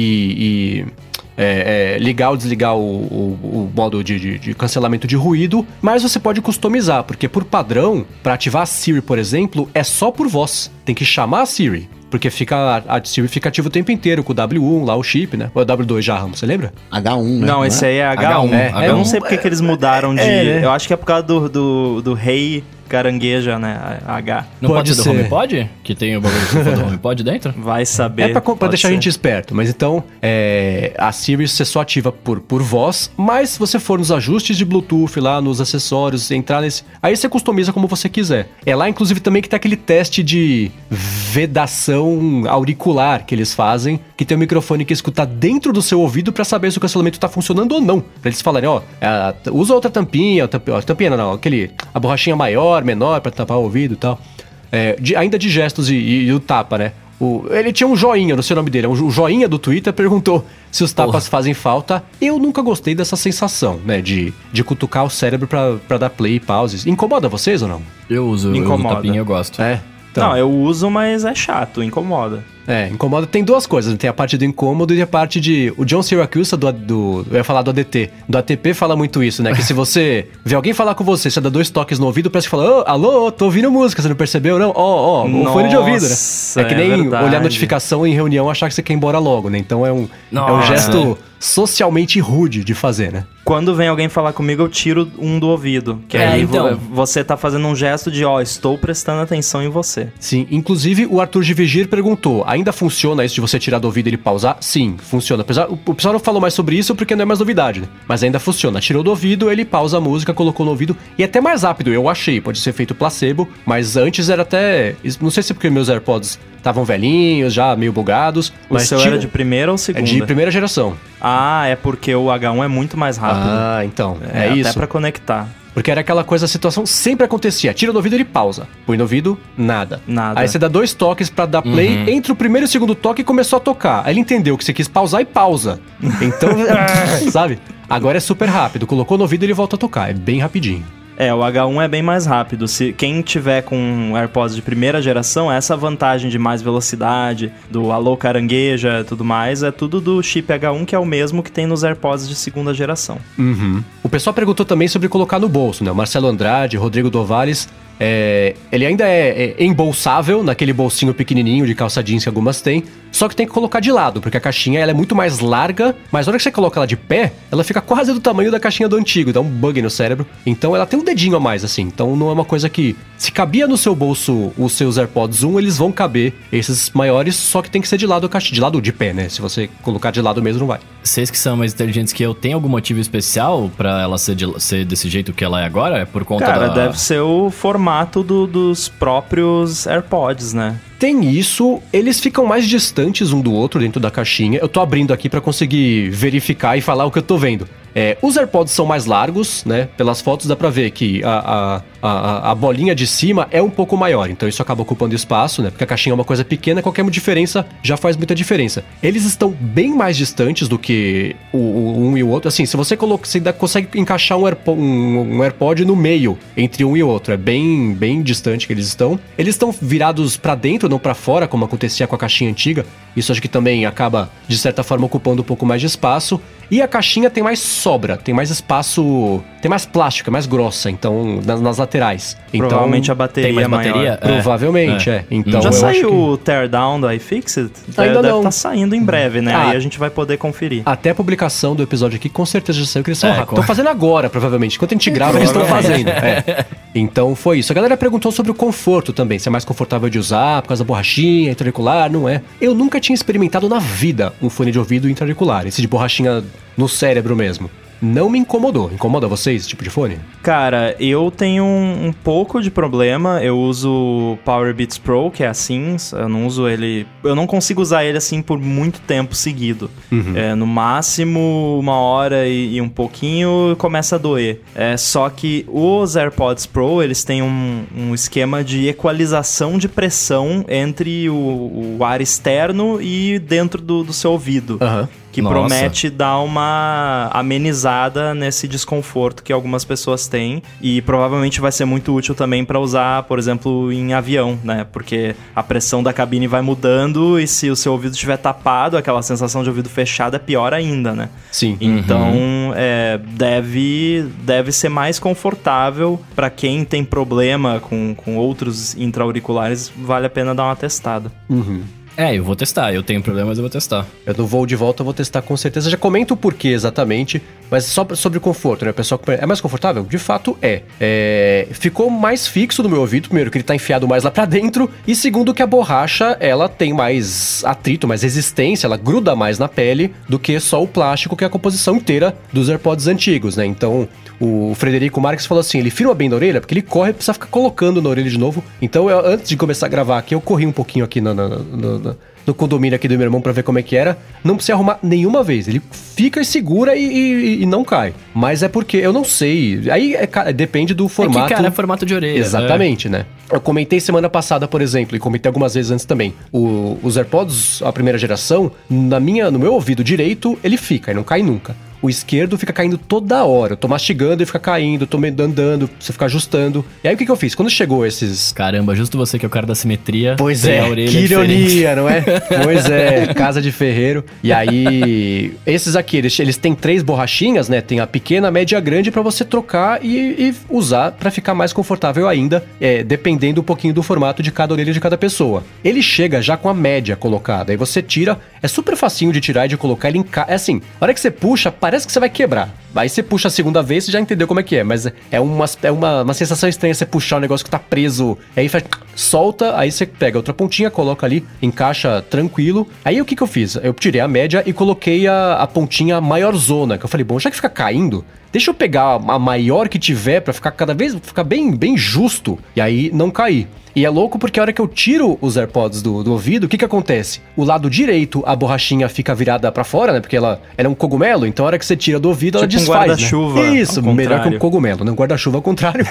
e ligar ou desligar o modo de cancelamento de ruído. Mas você pode customizar, porque por padrão, para ativar a Siri, por exemplo, é só por voz. Tem que chamar a Siri. Porque a Siri fica ativa o tempo inteiro com o W1 lá, o chip, né? Ou é W2 já, Ramos, você lembra? H1, né? Não, esse aí é H1. Eu não sei porque que eles mudaram de... né? Eu acho que é por causa do rei carangueja, né? H. Não pode ser do ser. HomePod? Que tem o bagulho do HomePod dentro? Vai saber. Pra deixar a gente esperto. Mas então, a Siri você só ativa por voz, mas se você for nos ajustes de Bluetooth lá, nos acessórios, entrar nesse... Aí você customiza como você quiser. É lá, inclusive, também que tem aquele teste de vedação auricular que eles fazem, que tem um microfone que escuta dentro do seu ouvido pra saber se o cancelamento tá funcionando ou não. Pra eles falarem, usa outra tampinha, a borrachinha maior, menor, pra tapar o ouvido e tal. Ainda de gestos e o tapa, né? Ele tinha um joinha, não sei o nome dele. O joinha do Twitter perguntou se os tapas fazem falta. Eu nunca gostei dessa sensação, né? De cutucar o cérebro pra dar play e pauses. Incomoda vocês ou não? Eu uso o tapinha, eu gosto. Então. Não, eu uso, mas é chato, incomoda. Incomoda. Tem duas coisas. Tem a parte do incômodo e a parte de... O John Siracusa eu ia falar do ADT. Do ATP fala muito isso, né? Que se você vê alguém falar com você, você dá 2 toques no ouvido, parece que fala, alô, tô ouvindo música, você não percebeu, não? O fone de ouvido, né? É que nem olhar a notificação em reunião e achar que você quer ir embora logo, né? Então é um gesto socialmente rude de fazer, né? Quando vem alguém falar comigo, eu tiro um do ouvido. Que aí você tá fazendo um gesto de, estou prestando atenção em você. Sim, inclusive o Arthur Givegir perguntou, ainda funciona isso de você tirar do ouvido e ele pausar? Sim, funciona. O pessoal não falou mais sobre isso porque não é mais novidade, né? Mas ainda funciona. Tirou do ouvido, ele pausa a música, colocou no ouvido e é até mais rápido, eu achei. Pode ser feito placebo, mas antes era até... Não sei se é porque meus AirPods estavam velhinhos, já meio bugados. O seu era de primeira ou segunda? É de primeira geração. É porque o H1 é muito mais rápido. Então, até isso. Até pra conectar. Porque era aquela coisa, a situação sempre acontecia. Tira do ouvido, ele pausa. Põe no ouvido, nada. Aí você dá 2 toques pra dar play. Entre o primeiro e o segundo toque, começou a tocar. Aí ele entendeu que você quis pausar e pausa. Então, sabe? Agora é super rápido. Colocou no ouvido, ele volta a tocar. É bem rapidinho. O H1 é bem mais rápido. Se quem tiver com AirPods de primeira geração, essa vantagem de mais velocidade, do alô carangueja e tudo mais, é tudo do chip H1, que é o mesmo que tem nos AirPods de segunda geração. O pessoal perguntou também sobre colocar no bolso, né? O Marcelo Andrade, Rodrigo Dovales Ele ainda é embolsável, naquele bolsinho pequenininho de calça jeans que algumas têm, só que tem que colocar de lado, porque a caixinha ela é muito mais larga, mas na hora que você coloca ela de pé, ela fica quase do tamanho da caixinha do antigo, dá um bug no cérebro. Então ela tem um dedinho a mais, assim. Então não é uma coisa que... Se cabia no seu bolso os seus AirPods 1, eles vão caber esses maiores, só que tem que ser de lado a caixinha, de lado de pé, né? Se você colocar de lado mesmo, não vai. Vocês que são mais inteligentes que eu, tem algum motivo especial pra ela ser desse jeito que ela é agora? É por conta Cara, deve ser o formato dos próprios AirPods, né? Tem isso, eles ficam mais distantes um do outro dentro da caixinha. Eu tô abrindo aqui pra conseguir verificar e falar o que eu tô vendo. Os AirPods são mais largos, né? Pelas fotos dá pra ver que a bolinha de cima é um pouco maior, então isso acaba ocupando espaço, né? Porque a caixinha é uma coisa pequena, qualquer diferença já faz muita diferença. Eles estão bem mais distantes do que um e o outro. Assim, se você ainda consegue encaixar um AirPod no meio entre um e o outro, é bem distante que eles estão. Eles estão virados pra dentro, não pra fora, como acontecia com a caixinha antiga. Isso acho que também acaba, de certa forma, ocupando um pouco mais de espaço. E a caixinha tem mais sobra, tem mais espaço, tem mais plástico, é mais grossa, então, nas laterais. Provavelmente a bateria tem mais maior. bateria? Provavelmente, Então, já saiu que... o Teardown do iFixit? Ainda deve não. estar saindo em breve, né? Aí a gente vai poder conferir. Até a publicação do episódio aqui, com certeza já saiu, que eles são rápidos. Estão fazendo agora, provavelmente. Enquanto a gente grava, eles estão fazendo. Então, foi isso. A galera perguntou sobre o conforto também, se é mais confortável de usar, por causa da borrachinha, intra-auricular, não é? Eu nunca tinha experimentado na vida um fone de ouvido intra-auricular, esse de borrachinha no cérebro mesmo. Não me incomodou. Incomoda vocês esse tipo de fone? Cara, eu tenho um pouco de problema. Eu uso o Powerbeats Pro, que é assim. Eu não uso ele... Eu não consigo usar ele assim por muito tempo seguido. No máximo, 1 hora e um pouquinho começa a doer. Só que os AirPods Pro, eles têm um esquema de equalização de pressão entre o ar externo e dentro do seu ouvido. Que promete dar uma amenizada nesse desconforto que algumas pessoas têm. E provavelmente vai ser muito útil também para usar, por exemplo, em avião, né? Porque a pressão da cabine vai mudando e se o seu ouvido estiver tapado, aquela sensação de ouvido fechado é pior ainda, né? Sim. Então, deve ser mais confortável para quem tem problema com outros intra-auriculares. Vale a pena dar uma testada. Eu vou testar. Eu tenho problema, mas eu vou testar. Eu no voo de volta eu vou testar com certeza. Já comento o porquê exatamente, mas só sobre o conforto, né? O pessoal é mais confortável? De fato ficou mais fixo no meu ouvido. Primeiro, que ele tá enfiado mais lá pra dentro. E segundo, que a borracha, ela tem mais atrito, mais resistência. Ela gruda mais na pele do que só o plástico, que é a composição inteira dos AirPods antigos, né? Então, o Frederico Marques falou assim, ele firma bem na orelha, porque ele corre e precisa ficar colocando na orelha de novo. Então, antes de começar a gravar aqui, eu corri um pouquinho aqui no condomínio aqui do meu irmão pra ver como é que era. Não precisa arrumar nenhuma vez. Ele fica e segura e não cai. Mas é porque, eu não sei. Aí depende do formato. É formato de orelha. Exatamente, né? Eu comentei semana passada, por exemplo, e comentei algumas vezes antes também. Os AirPods, a primeira geração, no meu ouvido direito, ele fica e não cai nunca. O esquerdo fica caindo toda hora. Eu tô mastigando e fica caindo, tô andando, você fica ajustando. E aí o que eu fiz? Quando chegou esses... Caramba, justo você que é o cara da simetria. Pois que ironia, não é? Pois é, casa de ferreiro. E aí, esses aqui, eles têm 3 borrachinhas, né? Tem a pequena, a média e a grande pra você trocar e usar pra ficar mais confortável ainda, dependendo um pouquinho do formato de cada orelha de cada pessoa. Ele chega já com a média colocada. Aí você tira, é super facinho de tirar e de colocar, ele é assim, a hora que você puxa, parece que você vai quebrar. Aí você puxa a segunda vez, você já entendeu como é que é. Mas é uma sensação estranha você puxar um negócio que tá preso. Aí faz, solta, aí você pega outra pontinha, coloca ali, encaixa tranquilo. Aí o que eu fiz? Eu tirei a média e coloquei a pontinha maiorzona. Que eu falei, bom, já que fica caindo, deixa eu pegar a maior que tiver pra ficar cada vez bem justo. E aí não cair. E é louco porque a hora que eu tiro os AirPods do ouvido, o que acontece? O lado direito, a borrachinha fica virada pra fora, né? Porque ela é um cogumelo, então a hora que você tira do ouvido, ela desfaz, um guarda-chuva, né? Isso, melhor que um cogumelo, né? Um guarda-chuva ao contrário.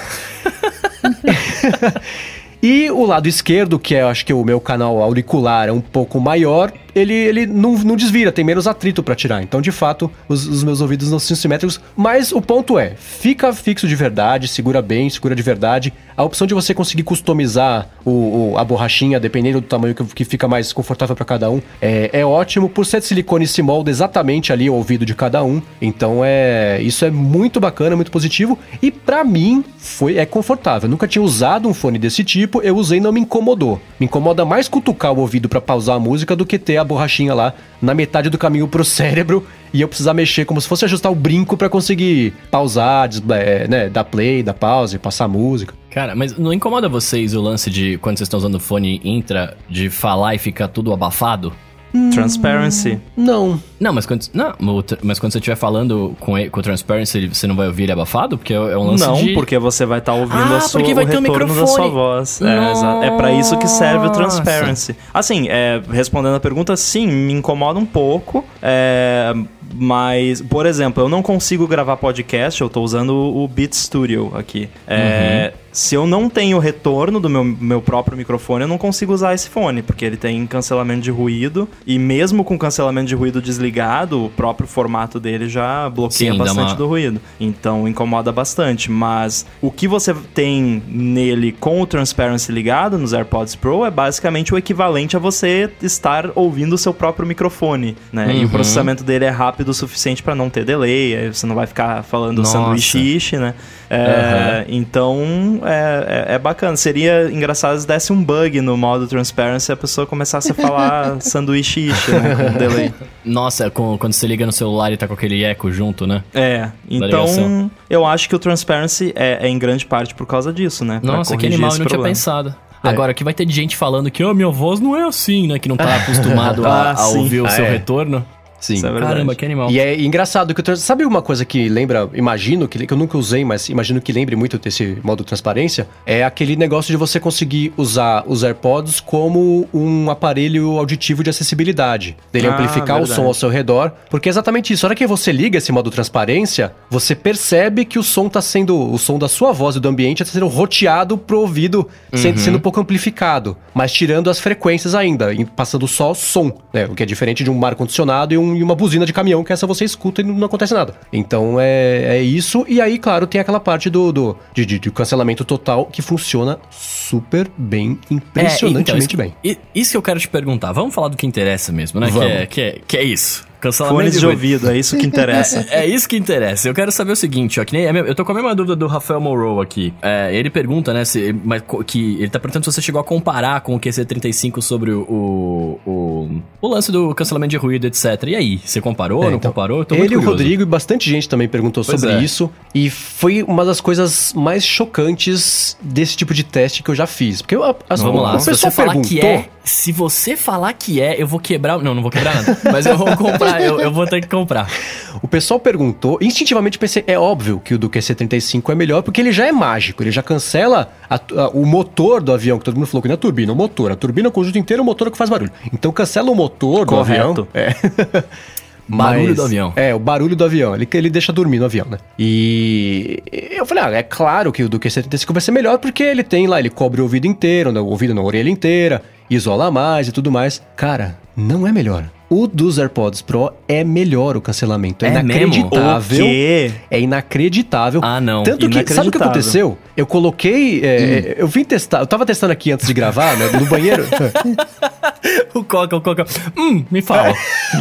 E o lado esquerdo, que é, acho que o meu canal auricular é um pouco maior, ele não desvira, tem menos atrito pra tirar. Então, de fato, os meus ouvidos não são simétricos. Mas o ponto é, fica fixo de verdade, segura bem, segura de verdade. A opção de você conseguir customizar a borrachinha, dependendo do tamanho que fica mais confortável pra cada um, é ótimo. Por ser de silicone, se molda exatamente ali o ouvido de cada um. Então, isso é muito bacana, muito positivo. E pra mim, é confortável. Eu nunca tinha usado um fone desse tipo, eu usei e não me incomodou. Me incomoda mais cutucar o ouvido pra pausar a música do que ter a borrachinha lá na metade do caminho pro cérebro e eu precisar mexer como se fosse ajustar o brinco pra conseguir pausar, né, dar play, dar pause, passar música. Cara, mas não incomoda vocês o lance de quando vocês estão usando o fone intra, de falar e ficar tudo abafado? Transparency. Não, mas quando você estiver falando com o Transparency, você não vai ouvir ele abafado? Porque é um lance Não, porque você vai estar ouvindo o retorno da sua voz. É pra isso que serve o Transparency. Assim, respondendo a pergunta, sim, me incomoda um pouco. Mas, por exemplo, eu não consigo gravar podcast, eu tô usando o Beat Studio aqui. Se eu não tenho retorno do meu próprio microfone, eu não consigo usar esse fone, porque ele tem cancelamento de ruído, e mesmo com cancelamento de ruído desligado, o próprio formato dele já bloqueia bastante do ruído. Então, incomoda bastante. Mas o que você tem nele com o Transparency ligado nos AirPods Pro é basicamente o equivalente a você estar ouvindo o seu próprio microfone, né? E o processamento dele é rápido o suficiente para não ter delay, aí você não vai ficar falando sanduíche, né? Então, é bacana. Seria engraçado se desse um bug no modo Transparency e a pessoa começasse a falar sanduíche, né? Com delay. Nossa, quando você liga no celular e tá com aquele eco junto, né? Então eu acho que o Transparency é em grande parte por causa disso, né? Nossa, que animal, eu não tinha pensado. Agora, que vai ter gente falando que minha voz não é assim, né? Que não tá acostumado a ouvir o seu retorno. Sim. Caramba, que animal. E é engraçado que sabe uma coisa que lembra, imagino, que eu nunca usei, mas imagino que lembre muito desse modo transparência, é aquele negócio de você conseguir usar os AirPods como um aparelho auditivo de acessibilidade. Dele amplificar o som ao seu redor, porque é exatamente isso. A hora que você liga esse modo transparência, você percebe que o som da sua voz e do ambiente está sendo roteado pro ouvido, sendo um pouco amplificado, mas tirando as frequências ainda, passando só som, né? O que é diferente de um ar-condicionado e uma buzina de caminhão, que essa você escuta e não acontece nada. Então é isso. E aí, claro, tem aquela parte de cancelamento total que funciona super bem, impressionantemente bem. Isso que eu quero te perguntar. Vamos falar do que interessa mesmo, né? Que é isso. Fones de ouvido, é isso que interessa. É isso que interessa. Eu quero saber o seguinte, ó, que nem eu tô com a mesma dúvida do Rafael Monroe aqui. Ele pergunta, né, ele tá perguntando se você chegou a comparar com o QC35 sobre o lance do cancelamento de ruído, etc. E aí, você comparou, não comparou? Eu tô muito curioso. O Rodrigo e bastante gente também perguntou sobre isso. E foi uma das coisas mais chocantes desse tipo de teste que eu já fiz. Porque vamos lá, se você falar se você falar que eu vou quebrar... Não vou quebrar nada. Mas eu vou comprar, eu vou ter que comprar. O pessoal perguntou, instintivamente pensei, é óbvio que o do QC35 é melhor, porque ele já é mágico, ele já cancela o motor do avião, que todo mundo falou que não é a turbina, o motor. A turbina é o conjunto inteiro, o motor é o que faz barulho. Então cancela o motor do avião. Barulho do avião. O barulho do avião. Ele deixa dormir no avião, né? E eu falei, é claro que o do QC35 vai ser melhor, porque ele tem lá, ele cobre o ouvido inteiro, o ouvido na orelha inteira, isola mais e tudo mais. Cara, não é melhor. O dos AirPods Pro é melhor o cancelamento. É inacreditável. O quê? É inacreditável. Não. Tanto que, sabe o que aconteceu? Eu coloquei... Eu vim testar... Eu tava testando aqui antes de gravar, né? No banheiro. O Coca. Me fala.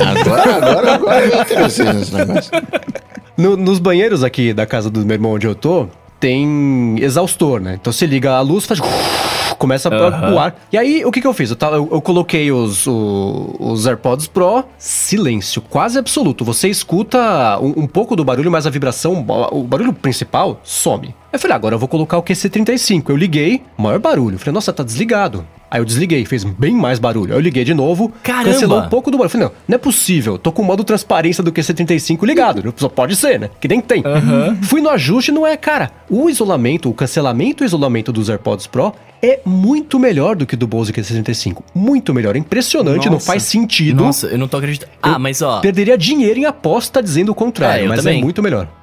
Agora eu interessei nesse negócio. Nos banheiros aqui da casa do meu irmão onde eu tô, tem exaustor, né? Então você liga a luz, faz... começa a voar. E aí, o que eu fiz? Eu coloquei os AirPods Pro, silêncio quase absoluto. Você escuta um pouco do barulho, mas a vibração, o barulho principal, some. Eu falei, agora eu vou colocar o QC35. Eu liguei, maior barulho. Eu falei, nossa, tá desligado. Aí eu desliguei, fez bem mais barulho. Aí eu liguei de novo, cancelou um pouco do barulho. Eu falei, não é possível. Tô com o modo transparência do QC35 ligado. Só pode ser, né? Que nem tem. Fui no ajuste, não é, cara. O isolamento, o cancelamento e o isolamento dos AirPods Pro é muito melhor do que do Bose QC35. Muito melhor. É impressionante, não faz sentido. Nossa, eu não tô acreditando. Mas ó... Perderia dinheiro em aposta dizendo o contrário, mas também. É muito melhor.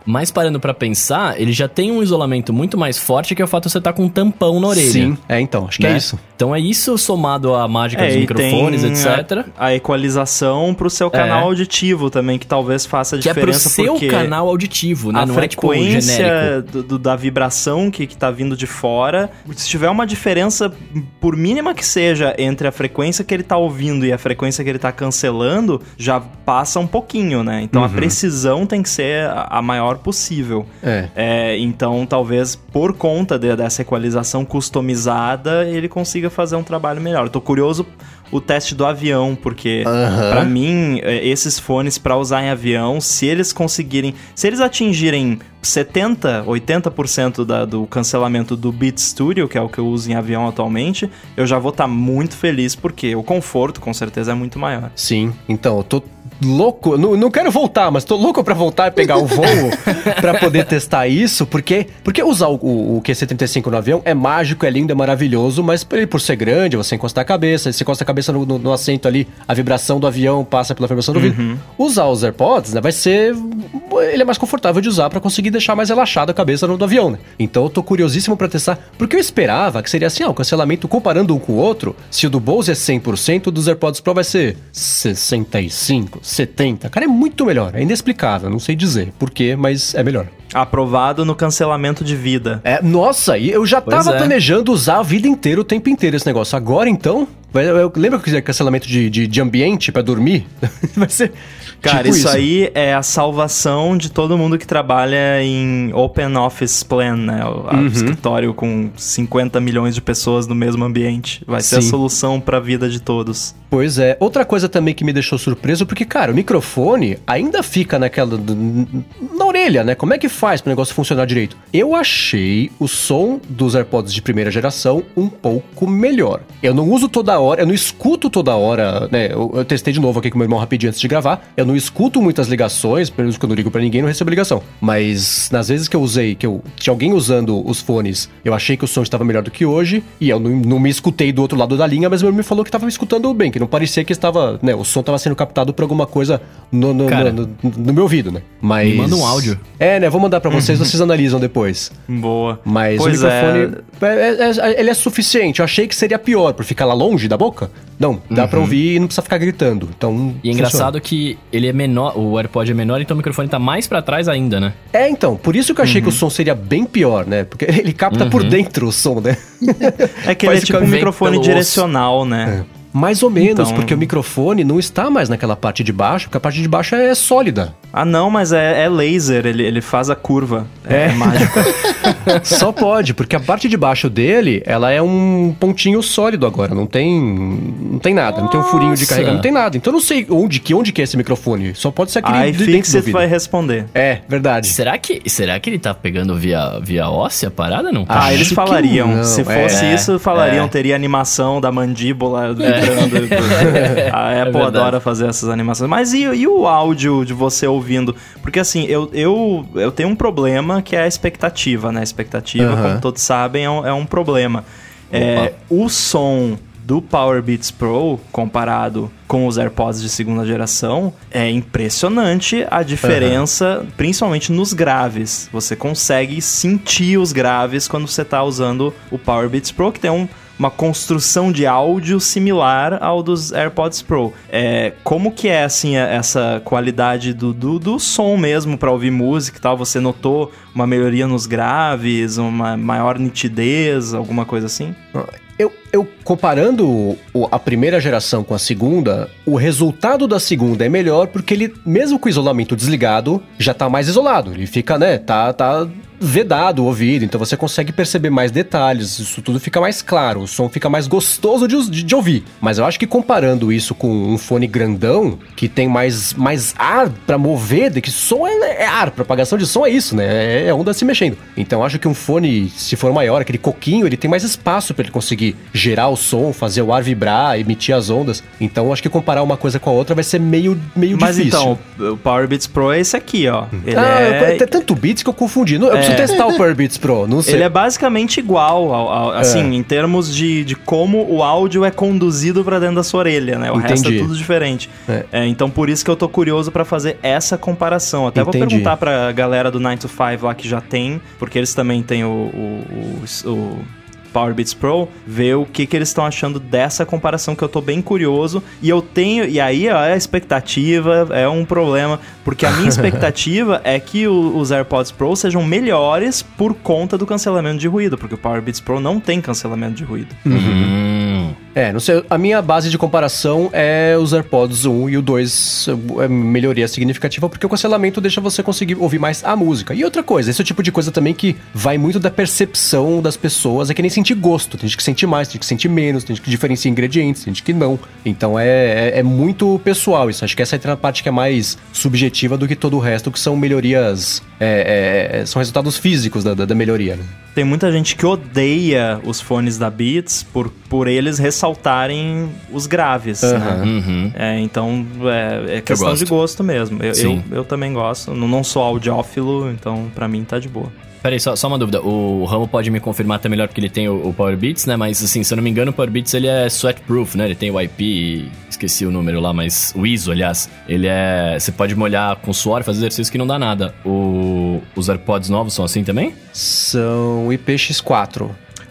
Mas parando pra pensar, ele já tem um isolamento muito mais forte, que é o fato de você estar com um tampão na orelha. Sim, então, acho que é isso. Então é isso somado à mágica dos microfones, etc. A equalização pro seu canal auditivo também, que talvez faça diferença. Que é pro seu canal auditivo, né? A não frequência é tipo da vibração que tá vindo de fora, se tiver uma diferença, por mínima que seja, entre a frequência que ele tá ouvindo e a frequência que ele tá cancelando, já passa um pouquinho, né? Então a precisão tem que ser a maior possível. Então talvez por conta dessa equalização customizada, ele consiga fazer um trabalho melhor. Eu tô curioso o teste do avião, porque pra mim, esses fones pra usar em avião, se eles atingirem 70%, 80% do cancelamento do Beat Studio, que é o que eu uso em avião atualmente, eu já vou estar muito feliz, porque o conforto com certeza é muito maior. Sim, então eu tô louco, não quero voltar, mas tô louco pra voltar e pegar o voo pra poder testar isso, porque usar o QC35 no avião é mágico, é lindo, é maravilhoso, mas por ser grande, você encosta a cabeça, você encosta a cabeça no assento ali, a vibração do avião passa pela vibração do vidro. Usar os AirPods, né, ele é mais confortável de usar pra conseguir deixar mais relaxada a cabeça do avião, né? Então eu tô curiosíssimo pra testar, porque eu esperava que seria assim, o cancelamento comparando um com o outro, se o do Bose é 100%, o dos AirPods Pro vai ser 65%, 70%. Cara, é muito melhor. É inexplicável. Não sei dizer por quê, mas é melhor. Aprovado no cancelamento de vida. Nossa, e eu já tava planejando usar a vida inteira, o tempo inteiro esse negócio. Agora, então... Lembra que eu fiz cancelamento de ambiente pra dormir? Vai ser... Cara, tipo isso aí é a salvação de todo mundo que trabalha em Open Office Plan, né? O escritório com 50 milhões de pessoas no mesmo ambiente. Vai ser a solução pra vida de todos. Pois é. Outra coisa também que me deixou surpreso, porque, cara, o microfone ainda fica na orelha, né? Como é que faz pro negócio funcionar direito? Eu achei o som dos AirPods de primeira geração um pouco melhor. Eu não uso toda hora, eu não escuto toda hora, né? Eu testei de novo aqui com meu irmão rapidinho antes de gravar. Eu não escuto muitas ligações, pelo menos que eu não ligo pra ninguém, não recebo ligação. Mas nas vezes que eu usei, que eu tinha alguém usando os fones, eu achei que o som estava melhor do que hoje, e eu não me escutei do outro lado da linha, mas meu irmão me falou que estava me escutando bem, que não parecia que estava, né, o som estava sendo captado por alguma coisa no meu ouvido, né? Mas... Me manda um áudio. Né, vou mandar pra vocês, vocês analisam depois. Boa. Mas o microfone, ele é suficiente. Eu achei que seria pior, por ficar lá longe da boca. Não, dá pra ouvir e não precisa ficar gritando. Então, e é engraçado que ele é menor, o AirPod é menor, então o microfone tá mais pra trás ainda, né? Então, por isso que eu achei que o som seria bem pior, né? Porque ele capta por dentro o som, né? É que ele é tipo um microfone direcional, né? Mais ou menos, então... porque o microfone não está mais naquela parte de baixo, porque a parte de baixo é sólida. Ah, não, mas é laser, ele faz a curva. É mágico. Só pode, porque a parte de baixo dele, ela é um pontinho sólido agora, não tem nada, não tem um furinho de carregar, não tem nada. Então eu não sei onde que é esse microfone, só pode ser aquele de dentro do ouvido. Vai responder. Verdade. Será que ele tá pegando via óssea a parada, não? Eles falariam. Se fosse isso, falariam, teria animação da mandíbula a Apple adora fazer essas animações. Mas e o áudio de você ouvindo? Porque assim, eu tenho um problema que é a expectativa, né? A expectativa, como todos sabem, é um problema. O som do Power Beats Pro, comparado com os AirPods de segunda geração, é impressionante a diferença, principalmente nos graves. Você consegue sentir os graves quando você está usando o Power Beats Pro, que tem uma construção de áudio similar ao dos AirPods Pro. Como que é, assim, essa qualidade do som mesmo para ouvir música e tal? Você notou uma melhoria nos graves, uma maior nitidez, alguma coisa assim? Eu comparando a primeira geração com a segunda, o resultado da segunda é melhor porque ele, mesmo com o isolamento desligado, já tá mais isolado. Ele fica, né, tá vedado o ouvido, então você consegue perceber mais detalhes, isso tudo fica mais claro, o som fica mais gostoso de ouvir. Mas eu acho que comparando isso com um fone grandão, que tem mais ar pra mover, que som é ar, propagação de som é isso, né? É onda se mexendo. Então eu acho que um fone, se for maior, aquele coquinho, ele tem mais espaço pra ele conseguir gerar o som, fazer o ar vibrar, emitir as ondas. Então eu acho que comparar uma coisa com a outra vai ser meio difícil. Mas então, o Power Beats Pro é esse aqui, ó. É tanto Beats que eu confundi. Eu preciso Preciso testar o Power Beats Pro, não sei. Ele é basicamente igual, assim, em termos de como o áudio é conduzido pra dentro da sua orelha, né? O resto é tudo diferente. Então, por isso que eu tô curioso pra fazer essa comparação. Até vou perguntar pra galera do 9 to 5 lá que já tem, porque eles também têm o Power Beats Pro, ver o que eles estão achando dessa comparação, que eu tô bem curioso. E aí a expectativa é um problema, porque a minha expectativa é que os AirPods Pro sejam melhores por conta do cancelamento de ruído, porque o Power Beats Pro não tem cancelamento de ruído. Não sei, a minha base de comparação é os AirPods 1 e o 2 é melhoria significativa, porque o cancelamento deixa você conseguir ouvir mais a música. E outra coisa, esse é o tipo de coisa também que vai muito da percepção das pessoas, é que nem sentir gosto, tem gente que sente mais, tem gente que sente menos, tem gente que diferencia ingredientes, tem gente que não. Então é muito pessoal isso, acho que essa é a parte que é mais subjetiva do que todo o resto, que são melhorias, são resultados físicos da melhoria, né? Tem muita gente que odeia os fones da Beats por eles ressaltarem os graves, né? Então, é questão de gosto mesmo. Eu também gosto. Não sou audiófilo, então pra mim tá de boa. Peraí, só uma dúvida. O Ramo pode me confirmar até melhor porque ele tem o Power Beats, né? Mas, assim, se eu não me engano, o Power Beats, ele é sweatproof, né? Ele tem o IP, esqueci o número lá, mas o ISO, aliás. Ele é... Você pode molhar com suor e fazer exercício que não dá nada. Os AirPods novos são assim também? São IPX4.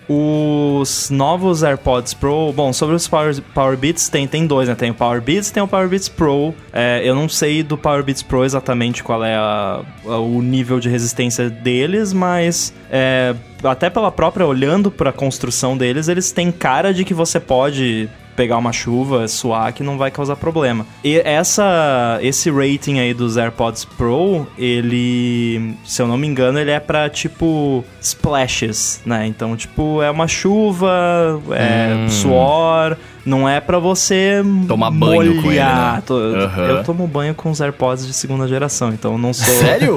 Os novos AirPods Pro... Bom, sobre os Power Beats, tem dois, né? Tem o Power Beats e tem o Power Beats Pro. Eu não sei do Power Beats Pro exatamente qual é o nível de resistência deles, mas... até pela própria... Olhando para a construção deles, eles têm cara de que você pode... pegar uma chuva, suar, que não vai causar problema. E esse rating aí dos AirPods Pro, ele, se eu não me engano, ele é pra, tipo, splashes, né? Então, tipo, é uma chuva, suor, não é pra você tomar banho com ele, né? Eu tomo banho com os AirPods de segunda geração, então eu não sou... Sério?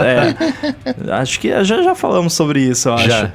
Acho que já falamos sobre isso, eu acho. Já.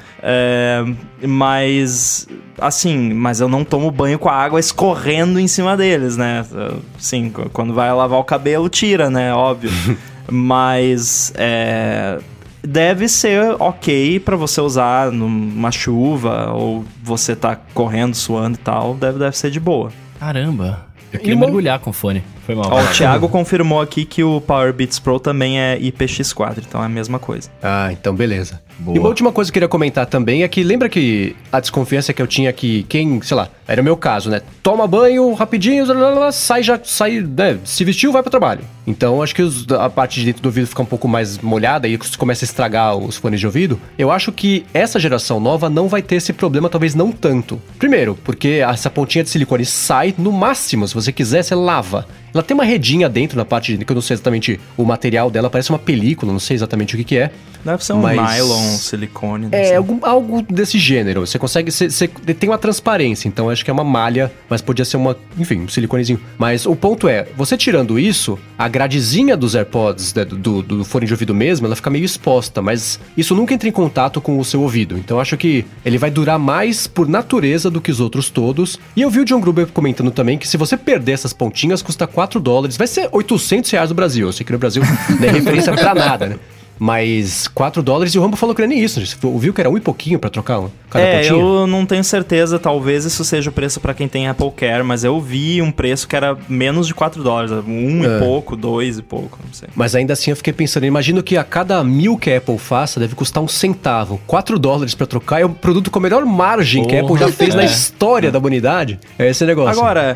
Mas eu não tomo banho com a água escorrendo em cima deles, né? Sim, quando vai lavar o cabelo, tira, né? Óbvio. Mas deve ser ok pra você usar numa chuva ou você tá correndo, suando e tal. Deve ser de boa. Caramba. Eu queria mergulhar com fone. Foi mal. O Thiago confirmou aqui que o Power Beats Pro também é IPX4, então é a mesma coisa. Ah, então beleza. Boa. E uma última coisa que eu queria comentar também é que lembra que a desconfiança que eu tinha que quem, sei lá, era o meu caso, né? Toma banho rapidinho, sai, né? Se vestiu, vai pro trabalho. Então acho que a parte de dentro do ouvido fica um pouco mais molhada e começa a estragar os fones de ouvido. Eu acho que essa geração nova não vai ter esse problema, talvez não tanto. Primeiro, porque essa pontinha de silicone sai, no máximo, se você quiser, você lava. Ela tem uma redinha dentro na parte de... que eu não sei exatamente o material dela, parece uma película, não sei exatamente o que é. Deve ser um nylon, silicone. Algo desse gênero. Você consegue... Você tem uma transparência, então acho que é uma malha, mas podia ser um siliconezinho. Mas o ponto é, você tirando isso, a gradezinha dos AirPods, do fone de ouvido mesmo, ela fica meio exposta, mas isso nunca entra em contato com o seu ouvido. Então acho que ele vai durar mais por natureza do que os outros todos. E eu vi o John Gruber comentando também que se você perder essas pontinhas, custa $4. Vai ser R$800 no Brasil. Eu sei que no Brasil não é referência pra nada, né? Mas $4, e o Rambo falou que não é nem isso. Você viu que era um e pouquinho pra trocar cada pontinha? Eu não tenho certeza. Talvez isso seja o preço pra quem tem Apple Care, mas eu vi um preço que era menos de $4. E pouco, 2 e pouco, não sei. Mas ainda assim eu fiquei pensando, imagino que a cada 1.000 que a Apple faça, deve custar um centavo. $4 pra trocar é um produto com a melhor margem que a Apple já fez na história da humanidade. É esse negócio. Agora,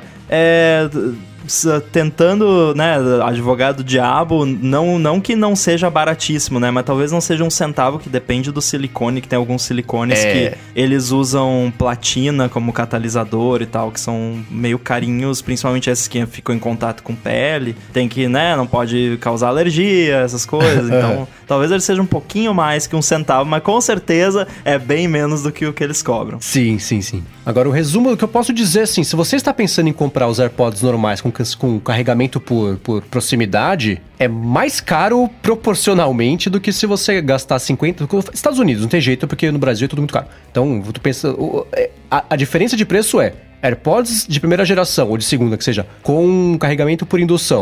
tentando, né, advogado diabo, não que não seja baratíssimo, né, mas talvez não seja um centavo, que depende do silicone, que tem alguns silicones que eles usam platina como catalisador e tal, que são meio carinhos, principalmente esses que ficam em contato com pele, tem que, né, não pode causar alergia, essas coisas, então talvez ele seja um pouquinho mais que um centavo, mas com certeza é bem menos do que o que eles cobram. Sim. Agora, o resumo do que eu posso dizer, assim, se você está pensando em comprar os AirPods normais com carregamento por proximidade, é mais caro proporcionalmente do que se você gastar 50... Estados Unidos, não tem jeito, porque no Brasil é tudo muito caro. Então, tu pensa... A diferença de preço é AirPods de primeira geração, ou de segunda, que seja, com carregamento por indução,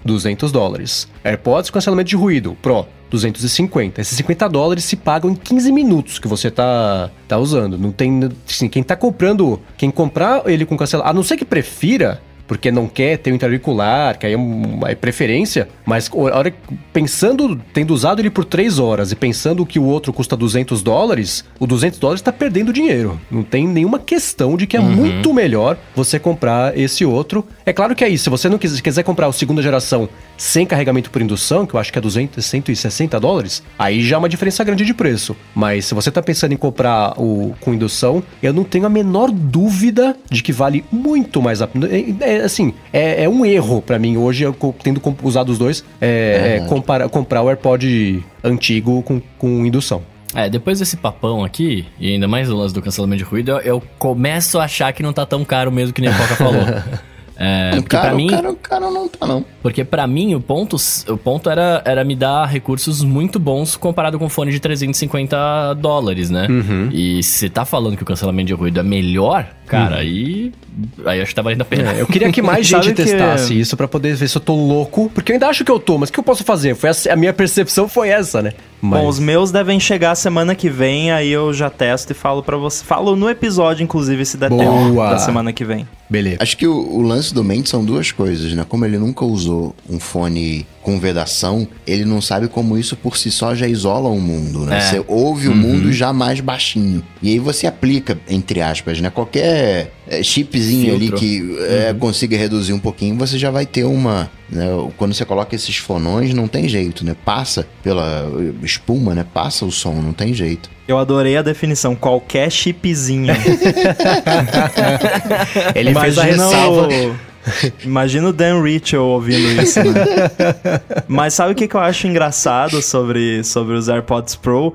$200. AirPods com cancelamento de ruído, Pro, $250. Esses $50 se pagam em 15 minutos que você tá usando. Não tem, assim, quem comprar ele com cancelamento, a não ser que prefira, porque não quer ter um intra-auricular, que aí é preferência, mas tendo usado ele por 3 horas e pensando que o outro custa $200, o $200 tá perdendo dinheiro. Não tem nenhuma questão de que é muito melhor você comprar esse outro. É claro que é isso, se você não quiser comprar o segunda geração sem carregamento por indução, que eu acho que é $160, aí já é uma diferença grande de preço. Mas se você tá pensando em comprar o com indução, eu não tenho a menor dúvida de que vale muito mais a pena. É um erro pra mim hoje, eu tendo usado os dois, comprar o AirPod antigo com indução. Depois desse papão aqui, e ainda mais o lance do cancelamento de ruído, eu começo a achar que não tá tão caro mesmo que nem a Coca falou. Porque pra mim, caro não tá, não. Porque pra mim, o ponto era me dar recursos muito bons comparado com um fone de $350, né? E se você tá falando que o cancelamento de ruído é melhor, cara, aí acho que tá valendo a pena. Eu queria que mais gente testasse isso pra poder ver se eu tô louco, porque eu ainda acho que eu tô, mas o que eu posso fazer? A minha percepção foi essa, né? Bom, os meus devem chegar semana que vem, aí eu já testo e falo pra você. Falo no episódio, inclusive, se der tempo da semana que vem. Beleza. Acho que o lance do Mendes são duas coisas, né? Como ele nunca usou um fone com vedação, ele não sabe como isso por si só já isola o mundo, né? Você ouve o mundo já mais baixinho. E aí você aplica, entre aspas, né? Qualquer chipzinho ali que consiga reduzir um pouquinho, você já vai ter uma... Né? Quando você coloca esses fonões, não tem jeito, né? Passa pela espuma, né? Passa o som, não tem jeito. Eu adorei a definição, qualquer chipzinho. Ele fez a ressalva... Imagina o Dan Ritchell ouvindo isso, né? Mas sabe o que eu acho engraçado sobre os AirPods Pro?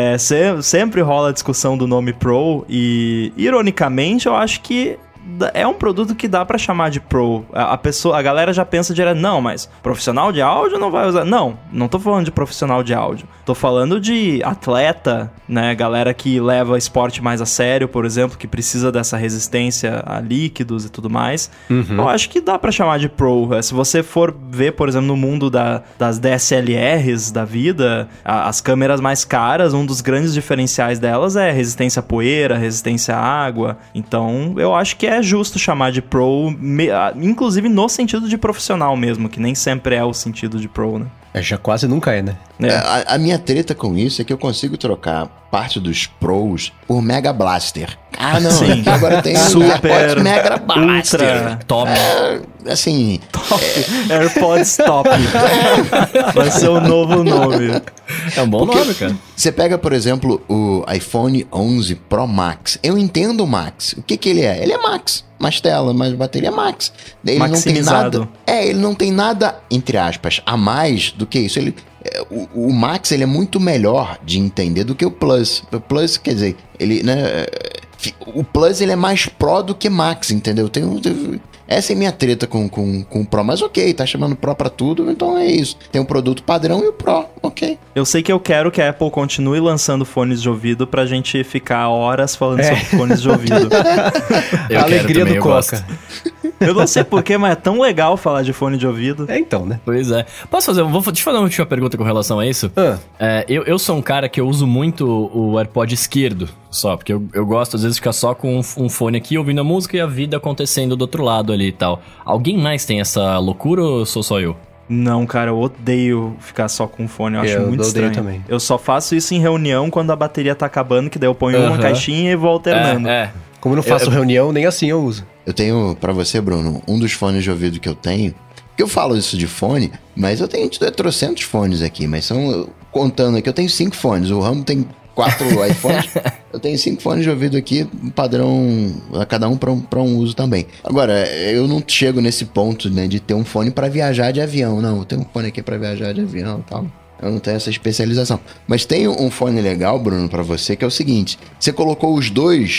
Sempre rola a discussão do nome Pro e, ironicamente, eu acho que é um produto que dá pra chamar de Pro. A galera já pensa direto, não, mas profissional de áudio não vai usar. Não tô falando de profissional de áudio. Tô falando de atleta, né? Galera que leva esporte mais a sério, por exemplo, que precisa dessa resistência a líquidos e tudo mais. Eu acho que dá pra chamar de Pro. Se você for ver, por exemplo, no mundo das DSLRs da vida, as câmeras mais caras, um dos grandes diferenciais delas é resistência à poeira, resistência à água. Então, eu acho que é justo chamar de Pro, inclusive no sentido de profissional mesmo, que nem sempre é o sentido de Pro, né? Já quase nunca é, né? A minha treta com isso é que eu consigo trocar parte dos Pros por Mega Blaster. Não, sim. Agora tem Super Mega Blaster. Ultra top. Assim... Top. AirPods Top. Vai ser o novo nome. É um bom nome, cara. Você pega, por exemplo, o iPhone 11 Pro Max. Eu entendo o Max. O que ele é? Ele é Max. Mais tela, mais bateria Max. Ele maximizado. Não tem nada... ele não tem nada, entre aspas, a mais do que isso. O Max, ele é muito melhor de entender do que o Plus. O Plus, quer dizer, ele, né... O Plus, ele é mais Pro do que Max, entendeu? Essa é minha treta com o Pro, mas ok, tá chamando Pro pra tudo, então é isso. Tem um produto padrão e o Pro, ok. Eu sei que eu quero que a Apple continue lançando fones de ouvido pra gente ficar horas falando sobre fones de ouvido. A alegria do Coca. Eu não sei porquê, mas é tão legal falar de fone de ouvido. Então, né? Pois é. Deixa eu fazer uma última pergunta com relação a isso. Eu sou um cara que eu uso muito o AirPod esquerdo, só, porque eu gosto às vezes de ficar só com um fone aqui, ouvindo a música e a vida acontecendo do outro lado ali e tal. Alguém mais tem essa loucura ou sou só eu? Não, cara, eu odeio ficar só com fone, eu acho muito estranho. Também. Eu só faço isso em reunião quando a bateria tá acabando, que daí eu ponho uma caixinha e vou alternando. Como eu não faço reunião, nem assim eu uso. Eu tenho, pra você, Bruno, um dos fones de ouvido que eu tenho, que eu falo isso de fone, mas eu tenho 300 fones aqui, mas são, contando aqui, eu tenho 5 fones, o Rambo tem 4 iPhones, eu tenho 5 fones de ouvido aqui, padrão, cada um pra um uso também. Agora, eu não chego nesse ponto, né, de ter um fone pra viajar de avião, não, eu tenho um fone aqui pra viajar de avião e tal. Eu não tenho essa especialização. Mas tem um fone legal, Bruno, pra você, que é o seguinte, você colocou os dois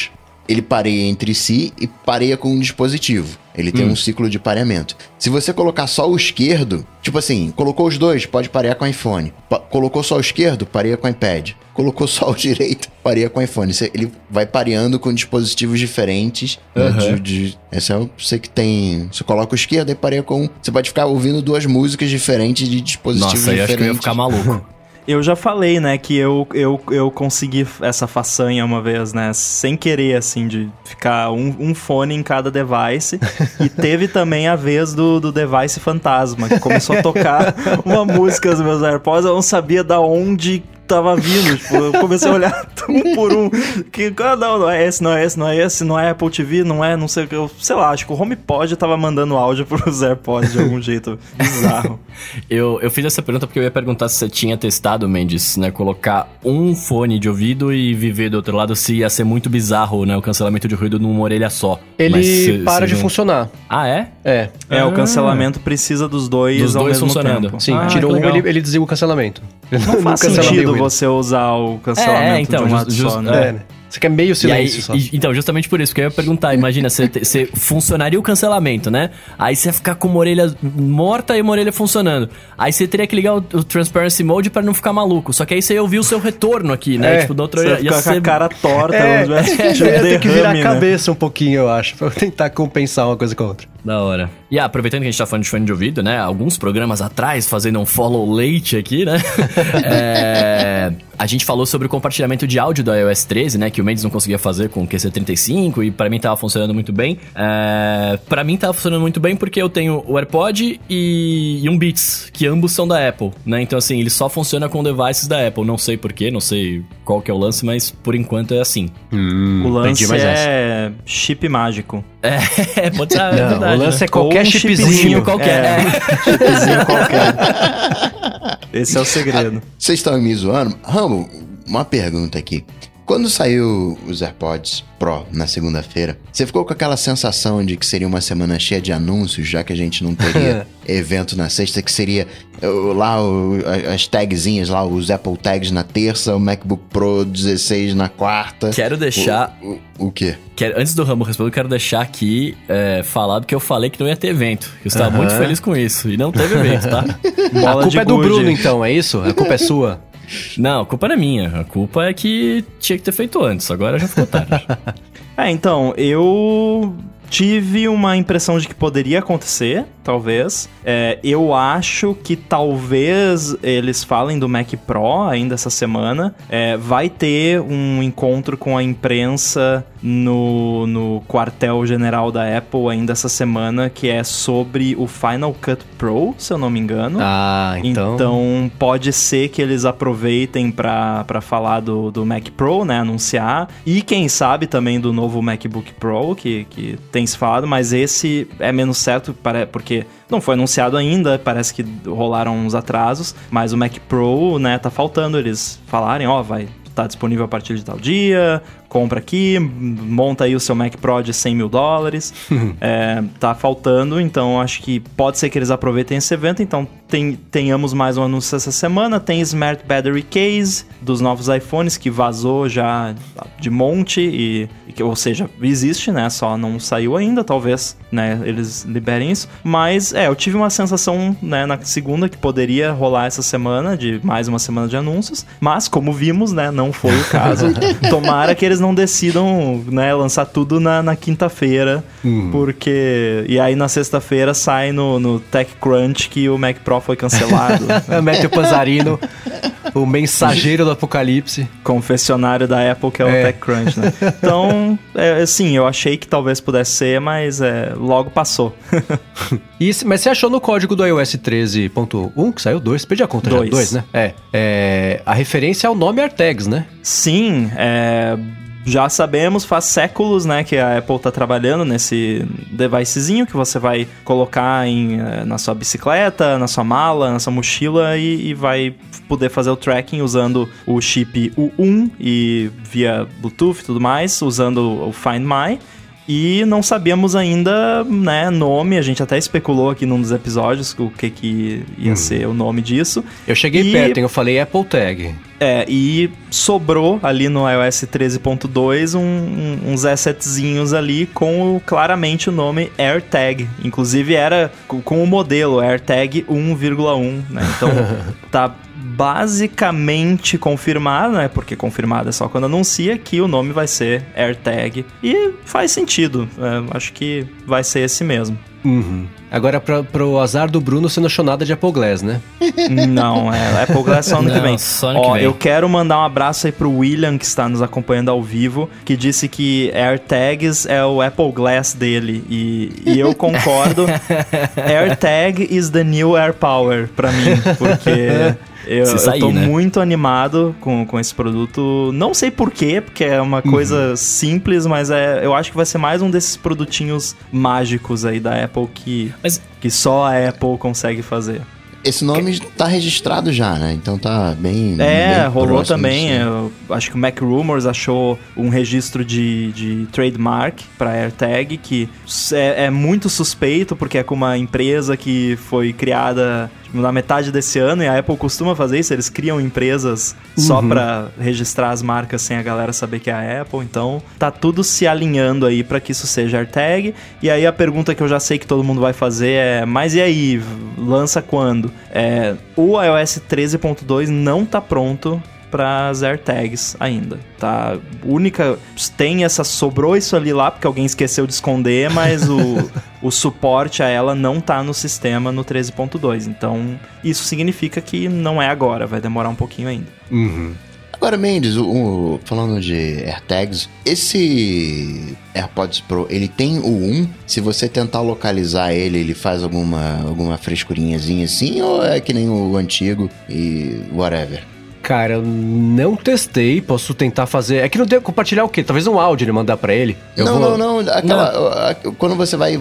ele pareia entre si e pareia com um dispositivo. Ele tem um ciclo de pareamento. Se você colocar só o esquerdo, tipo assim, colocou os dois, pode parear com o iPhone. Colocou só o esquerdo, pareia com o iPad. Colocou só o direito, pareia com o iPhone. Ele vai pareando com dispositivos diferentes. Esse é o você que tem... Você coloca o esquerdo e pareia com... Você pode ficar ouvindo 2 músicas diferentes de dispositivos diferentes. Nossa, eu acho que eu ia ficar maluco. Eu já falei, né, que eu consegui essa façanha uma vez, né, sem querer, assim, de ficar um fone em cada device. E teve também a vez do device fantasma, que começou a tocar uma música dos meus AirPods, eu não sabia da onde tava vindo, tipo, eu comecei a olhar um por um, que, não é esse, não é Apple TV, não sei o que, sei lá, acho que o HomePod tava mandando áudio pros AirPods de algum jeito bizarro. Eu fiz essa pergunta porque eu ia perguntar se você tinha testado, Mendes, né, colocar um fone de ouvido e viver do outro lado, se ia ser muito bizarro, né, o cancelamento de ruído numa orelha só. Ele para de funcionar. Ah, é? É. O cancelamento precisa dos dois ao mesmo funcionando. tempo. Sim, tirou um, ele desliga o cancelamento. Não faz sentido você usar o cancelamento de um lado só, né? Você quer meio silêncio só. Então, justamente por isso que eu ia perguntar. Imagina, você funcionaria o cancelamento, né? Aí você ia ficar com uma orelha morta e uma orelha funcionando. Aí você teria que ligar o Transparency Mode pra não ficar maluco. Só que aí você ia ouvir o seu retorno aqui, né? Tipo, da outra orelha. Você ia ficar com a cara torta. Ia ter que virar a cabeça um pouquinho, eu acho, pra eu tentar compensar uma coisa com a outra. Da hora. E aproveitando que a gente tá falando de fone de ouvido, né? Alguns programas atrás, fazendo um follow late aqui, né? A gente falou sobre o compartilhamento de áudio do iOS 13, né? Que o Mendes não conseguia fazer com o QC35 e pra mim tava funcionando muito bem. Pra mim tava funcionando muito bem porque eu tenho o AirPod e um Beats, que ambos são da Apple, né? Então, assim, ele só funciona com devices da Apple. Não sei porquê, não sei qual que é o lance, mas por enquanto é assim. O lance é chip mágico. Pode ser verdade. O lance é qualquer chipzinho qualquer. Chipzinho qualquer. Esse é o segredo. Vocês estão me zoando? Rambo, uma pergunta aqui. Quando saiu os AirPods Pro na segunda-feira, você ficou com aquela sensação de que seria uma semana cheia de anúncios, já que a gente não teria evento na sexta, que seria lá as tagzinhas, lá os Apple Tags na terça, o MacBook Pro 16 na quarta. Quero deixar... O quê? Antes do Rambo responder, eu quero deixar aqui falado que eu falei que não ia ter evento. Eu estava muito feliz com isso. E não teve evento, tá? A culpa é do Bruno, então, é isso? A culpa é sua? Não, a culpa não é minha. A culpa é que tinha que ter feito antes. Agora já ficou tarde. Então, eu tive uma impressão de que poderia acontecer, talvez. Eu acho que talvez eles falem do Mac Pro ainda essa semana. Vai ter um encontro com a imprensa no quartel-general da Apple ainda essa semana, que é sobre o Final Cut Pro, se eu não me engano. Então pode ser que eles aproveitem pra falar do Mac Pro, né, anunciar. E quem sabe também do novo MacBook Pro, que tem se falado, mas esse é menos certo, porque não foi anunciado ainda, parece que rolaram uns atrasos, mas o Mac Pro, né, tá faltando eles falarem, vai estar disponível a partir de tal dia, compra aqui, monta aí o seu Mac Pro de $100 mil. Tá faltando, então acho que pode ser que eles aproveitem esse evento. Então tenhamos mais um anúncio essa semana. Tem Smart Battery Case dos novos iPhones, que vazou já de monte, ou seja, existe, né? Só não saiu ainda, talvez, né, eles liberem isso. Mas eu tive uma sensação, né, na segunda, que poderia rolar essa semana, de mais uma semana de anúncios. Mas, como vimos, né, não foi o caso. Tomara que eles não decidam, né, lançar tudo na quinta-feira, porque... E aí na sexta-feira sai no TechCrunch que o Mac Pro foi cancelado. Matthew Panzarino, o mensageiro do apocalipse. Confessionário da Apple, que é o TechCrunch, né? Então, assim, eu achei que talvez pudesse ser, mas logo passou. Mas você achou no código do iOS 13.1, que saiu 2, perdi a conta, 2, né? A referência ao nome AirTags, né? Sim, já sabemos, faz séculos, né, que a Apple tá trabalhando nesse devicezinho que você vai colocar na sua bicicleta, na sua mala, na sua mochila e vai poder fazer o tracking usando o chip U1 e via Bluetooth e tudo mais, usando o Find My. E não sabíamos ainda, né, nome, a gente até especulou aqui num dos episódios o que ia ser o nome disso. Eu cheguei perto, eu falei Apple Tag. E sobrou ali no iOS 13.2 uns assetzinhos ali com claramente o nome AirTag. Inclusive era com o modelo AirTag 1,1, né? Então tá basicamente confirmado, né? Porque confirmado é só quando anuncia que o nome vai ser AirTag. E faz sentido. Acho que vai ser esse mesmo. Uhum. Agora, pro azar do Bruno, você não achou nada de Apple Glass, né? Não, Apple Glass só ano que vem. Só ano que vem. Eu quero mandar um abraço aí pro William, que está nos acompanhando ao vivo, que disse que AirTags é o Apple Glass dele. E eu concordo. AirTag is the new AirPower pra mim, porque... Eu tô muito animado com esse produto. Não sei porquê, porque é uma coisa simples, mas eu acho que vai ser mais um desses produtinhos mágicos aí da Apple que só a Apple consegue fazer. Esse nome tá registrado já, né? Então tá bem rolou também. Eu acho que o Mac Rumors achou um registro de trademark pra AirTag, que é muito suspeito, porque é com uma empresa que foi criada na metade desse ano, e a Apple costuma fazer isso, eles criam empresas só pra registrar as marcas sem a galera saber que é a Apple, então tá tudo se alinhando aí pra que isso seja AirTag. E aí a pergunta que eu já sei que todo mundo vai fazer é, mas e aí, lança quando? O iOS 13.2 não tá pronto para as AirTags ainda, tá? Sobrou isso ali lá porque alguém esqueceu de esconder, mas o suporte a ela não tá no sistema no 13.2, então isso significa que não é agora, vai demorar um pouquinho ainda. Agora, Mendes, falando de AirTags, esse AirPods Pro, ele tem o 1? Se você tentar localizar ele faz alguma frescurinhazinha assim, ou é que nem o antigo e whatever? Cara, eu não testei, posso tentar fazer... É que não tem compartilhar o quê? Talvez um áudio ele mandar pra ele? Não, quando você vai...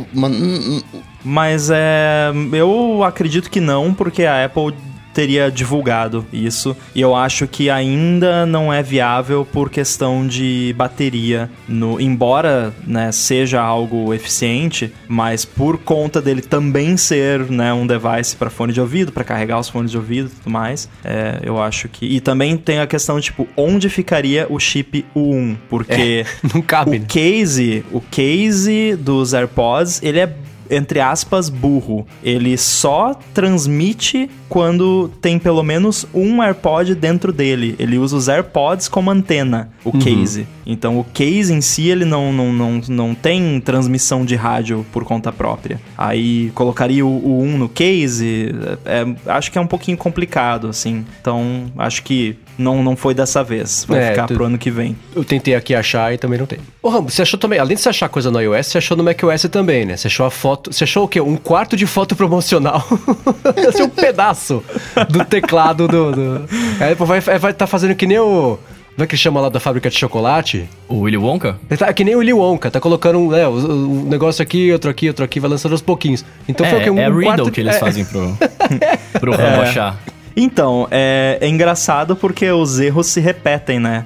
Mas eu acredito que não, porque a Apple teria divulgado isso, e eu acho que ainda não é viável por questão de bateria, embora, né, seja algo eficiente, mas por conta dele também ser, né, um device para fone de ouvido, para carregar os fones de ouvido e tudo mais, eu acho que... E também tem a questão de, tipo, onde ficaria o chip U1, porque não cabe, o case dos AirPods, ele é, entre aspas, burro. Ele só transmite quando tem pelo menos um AirPod dentro dele. Ele usa os AirPods como antena, o case. Então o case em si, ele não tem transmissão de rádio por conta própria. Aí colocaria o 1 no case, acho que é um pouquinho complicado, assim. Então acho que não foi dessa vez. Vai ficar pro ano que vem. Eu tentei aqui achar e também não tem. Ô Rambo, você achou também, além de você achar coisa no iOS, você achou no macOS também, né? Você achou a foto... Você achou o quê? Um quarto de foto promocional. Esse é um pedaço do teclado Aí vai tá fazendo que nem o... Como é que chama lá da fábrica de chocolate? O Willy Wonka? Tá que nem o Willy Wonka, tá colocando um negócio aqui, outro aqui, vai lançando aos pouquinos. Então foi o que? É riddle que eles fazem pro Rambo achar. Então, é engraçado porque os erros se repetem, né?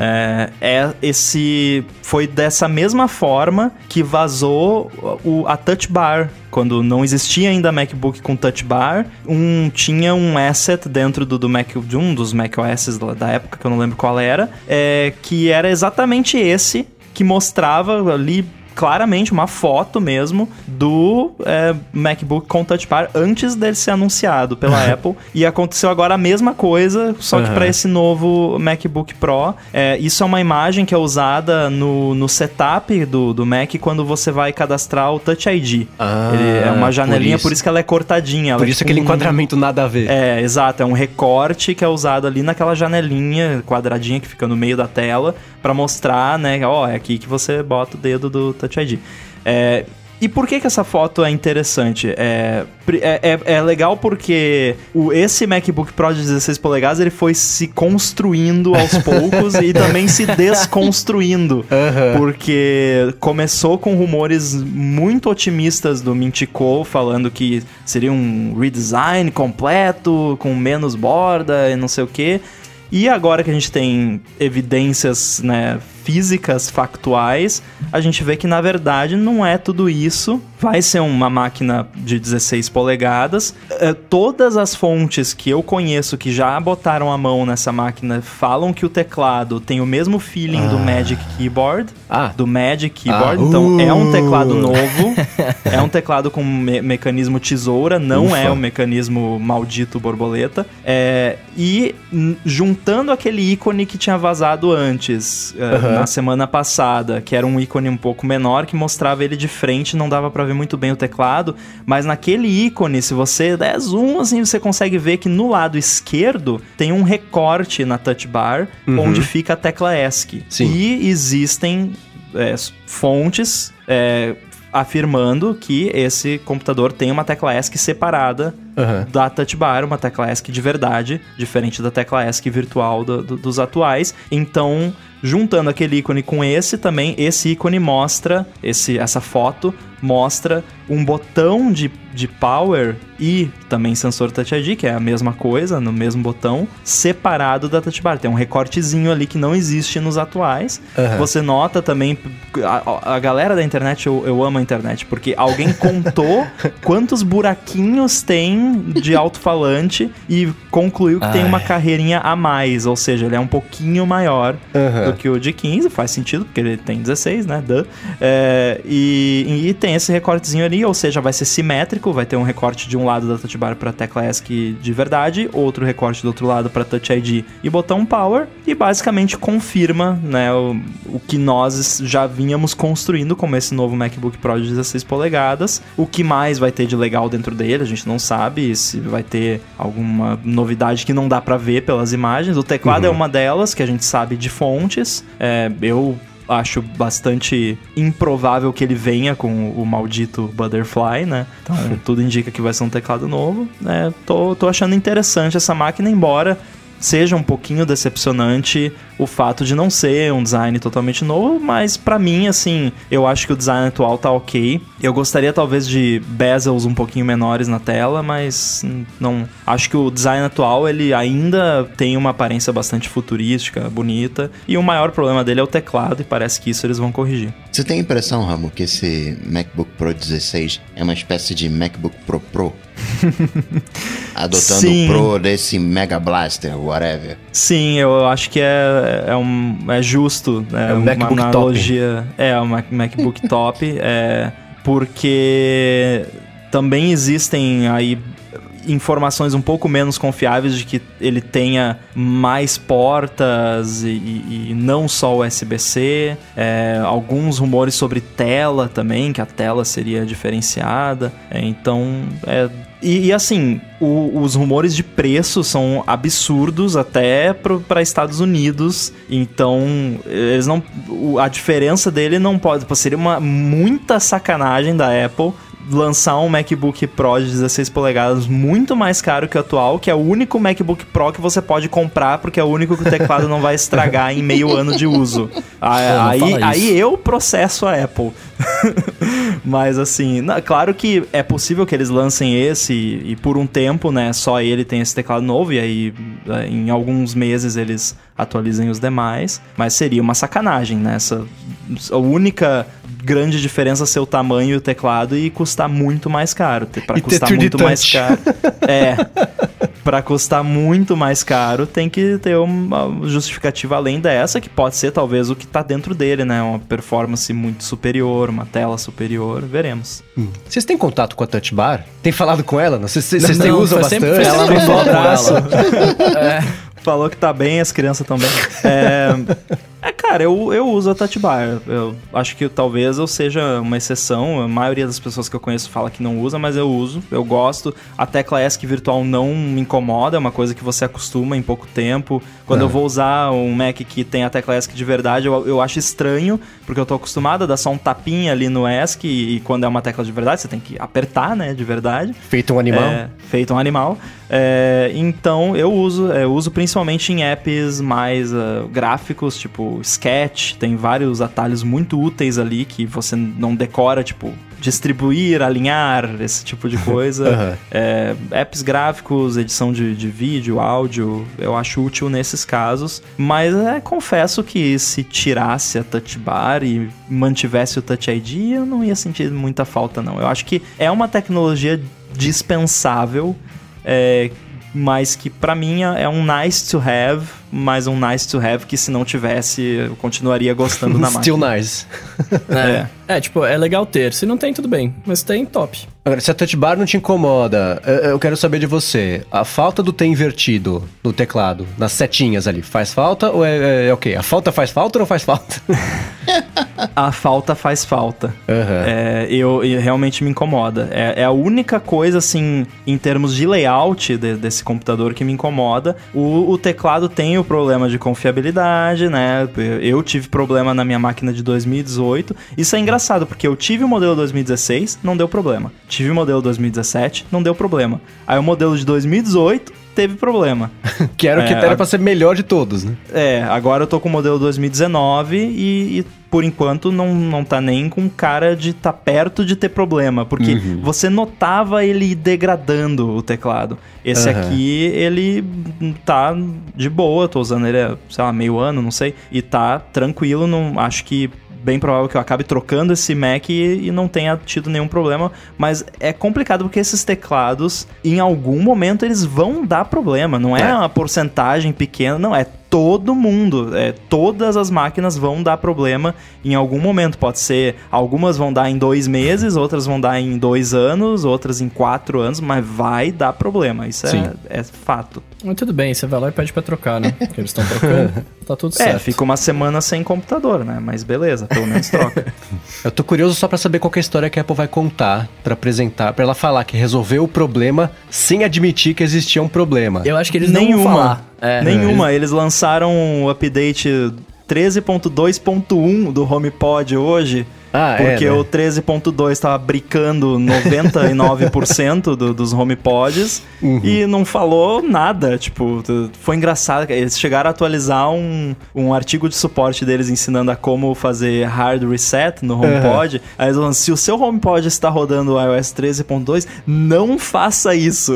Foi dessa mesma forma que vazou a Touch Bar. Quando não existia ainda MacBook com Touch Bar, tinha um asset dentro de um dos macOS da época, que eu não lembro qual era, que era exatamente esse, que mostrava ali claramente uma foto mesmo do MacBook com Touch Bar antes dele ser anunciado pela Apple. E aconteceu agora a mesma coisa, só que para esse novo MacBook Pro. Isso é uma imagem que é usada no setup do Mac quando você vai cadastrar o Touch ID. Ele é uma janelinha, por isso que ela é cortadinha. Por isso aquele enquadramento nada a ver. Exato. É um recorte que é usado ali naquela janelinha quadradinha que fica no meio da tela para mostrar, né? É aqui que você bota o dedo do Touch ID. E por que essa foto é interessante? É legal porque esse MacBook Pro de 16 polegadas, ele foi se construindo aos poucos e também se desconstruindo. Porque começou com rumores muito otimistas do Mintico, falando que seria um redesign completo, com menos borda e não sei o quê. E agora que a gente tem evidências, né, físicas factuais, a gente vê que na verdade não é tudo isso. Vai ser uma máquina de 16 polegadas. Todas as fontes que eu conheço que já botaram a mão nessa máquina falam que o teclado tem o mesmo feeling do Magic Keyboard. Do Magic Keyboard. Então é um teclado novo. É um teclado com mecanismo tesoura, não é o mecanismo maldito borboleta. E juntando aquele ícone que tinha vazado antes, na semana passada, que era um ícone um pouco menor, que mostrava ele de frente, não dava pra ver muito bem o teclado, mas naquele ícone, se você der zoom, assim, você consegue ver que no lado esquerdo tem um recorte na touch bar, onde fica a tecla ESC. Sim. E existem fontes afirmando que esse computador tem uma tecla ESC separada da touch bar, uma tecla ESC de verdade, diferente da tecla ESC virtual dos atuais. Então, juntando aquele ícone com esse também, esse ícone mostra, essa foto mostra um botão de power e também sensor Touch ID, que é a mesma coisa, no mesmo botão, separado da touch bar. Tem um recortezinho ali que não existe nos atuais. Você nota também, a galera da internet, eu amo a internet, porque alguém contou quantos buraquinhos tem de alto-falante e concluiu que tem uma carreirinha a mais, ou seja, ele é um pouquinho maior do que o de 15, faz sentido, porque ele tem 16, né? E tem esse recortezinho ali, ou seja, vai ser simétrico, vai ter um recorte de um lado da touch bar para tecla ESC de verdade, outro recorte do outro lado para Touch ID e botão Power, e basicamente confirma, né, o que nós já vínhamos construindo como esse novo MacBook Pro de 16 polegadas. O que mais vai ter de legal dentro dele, a gente não sabe se vai ter alguma novidade que não dá para ver pelas imagens. O teclado é uma delas, que a gente sabe de fontes. Eu acho bastante improvável que ele venha com o maldito Butterfly, né? Então, tudo indica que vai ser um teclado novo. Tô achando interessante essa máquina, embora seja um pouquinho decepcionante o fato de não ser um design totalmente novo, mas pra mim, assim, eu acho que o design atual tá ok. Eu gostaria talvez de bezels um pouquinho menores na tela, mas não. Acho que o design atual, ele ainda tem uma aparência bastante futurística, bonita, e o maior problema dele é o teclado, e parece que isso eles vão corrigir. Você tem a impressão, Ramo, que esse MacBook Pro 16 é uma espécie de MacBook Pro? Adotando o Pro desse Mega Blaster, whatever. Sim, eu acho que é justo. É uma MacBook analogia. Top. É um MacBook top. Porque também existem aí informações um pouco menos confiáveis de que ele tenha mais portas e não só USB-C. Alguns rumores sobre tela também, que a tela seria diferenciada. Então, E assim, os rumores de preço são absurdos até para Estados Unidos. Então, eles não, a diferença dele não pode... Seria muita sacanagem da Apple lançar um MacBook Pro de 16 polegadas muito mais caro que o atual, que é o único MacBook Pro que você pode comprar, porque é o único que o teclado não vai estragar em meio ano de uso. Aí eu processo a Apple. Mas assim, claro que é possível que eles lancem esse e por um tempo, né, só ele tem esse teclado novo, e aí em alguns meses eles atualizem os demais, mas seria uma sacanagem, né? A única grande diferença ser o tamanho e o teclado e custar muito mais caro. Para custar muito mais caro. Para custar muito mais caro, tem que ter uma justificativa além dessa, que pode ser talvez o que tá dentro dele, né? Uma performance muito superior, uma tela superior, veremos. Vocês têm contato com a Touch Bar? Tem falado com ela? Vocês usam bastante? Ela mandou um abraço. Falou que tá bem, as crianças estão bem. Cara, eu uso a Touch Bar. Eu acho que talvez eu seja uma exceção. A maioria das pessoas que eu conheço fala que não usa, mas eu uso. Eu gosto. A tecla ESC virtual não me incomoda. É uma coisa que você acostuma em pouco tempo. Quando eu vou usar um Mac que tem a tecla ESC de verdade, eu acho estranho, porque eu tô acostumado a dar só um tapinha ali no ESC, e quando é uma tecla de verdade, você tem que apertar, né, de verdade. Feito um animal. Feito um animal. Então eu uso principalmente em apps mais gráficos, tipo Sketch, tem vários atalhos muito úteis ali que você não decora, tipo distribuir, alinhar, esse tipo de coisa. Apps gráficos, edição de vídeo, áudio, eu acho útil nesses casos. Mas confesso que se tirasse a Touch Bar e mantivesse o Touch ID, eu não ia sentir muita falta, não. Eu acho que é uma tecnologia dispensável, mas que pra mim é um nice to have, mas um nice to have que se não tivesse, eu continuaria gostando da máquina. Still nice. Tipo, é legal ter. Se não tem, tudo bem. Mas tem, top. Agora, se a Touch Bar não te incomoda, eu quero saber de você. A falta do T invertido no teclado, nas setinhas ali, faz falta ou é o quê? A falta faz falta ou não faz falta? A falta faz falta. Eu realmente me incomoda. É a única coisa, assim, em termos de layout desse computador que me incomoda. O teclado tem o problema de confiabilidade, né? Eu tive problema na minha máquina de 2018. Isso é engraçado, porque eu tive o modelo 2016, não deu problema. Tive o modelo 2017, não deu problema. Aí o modelo de 2018 teve problema. Que era o que era pra ser melhor de todos, né? Agora eu tô com o modelo 2019 e por enquanto não tá nem com cara de tá perto de ter problema, porque você notava ele degradando o teclado. Esse aqui, ele tá de boa, tô usando ele há, sei lá, meio ano, não sei, e tá tranquilo, acho que bem provável que eu acabe trocando esse Mac e não tenha tido nenhum problema, mas é complicado porque esses teclados, em algum momento, eles vão dar problema, não é uma porcentagem pequena, não, é todo mundo, todas as máquinas vão dar problema em algum momento. Pode ser, algumas vão dar em 2 meses, outras vão dar em 2 anos, outras em 4 anos, mas vai dar problema. Isso é fato. Mas tudo bem, você vai lá e pede pra trocar, né? Porque eles estão trocando, tá tudo certo. Fica uma semana sem computador, né? Mas beleza, pelo menos troca. Eu tô curioso só pra saber qual que é a história que a Apple vai contar pra apresentar, pra ela falar que resolveu o problema sem admitir que existia um problema. Eu acho que eles não vão falar. Nenhuma. Eles lançaram o update 13.2.1 do HomePod hoje, porque o 13.2 tava bricando 99% dos HomePods e não falou nada. Tipo, foi engraçado. Eles chegaram a atualizar um artigo de suporte deles ensinando a como fazer hard reset no HomePod. Aí eles falaram, se o seu HomePod está rodando o iOS 13.2, não faça isso.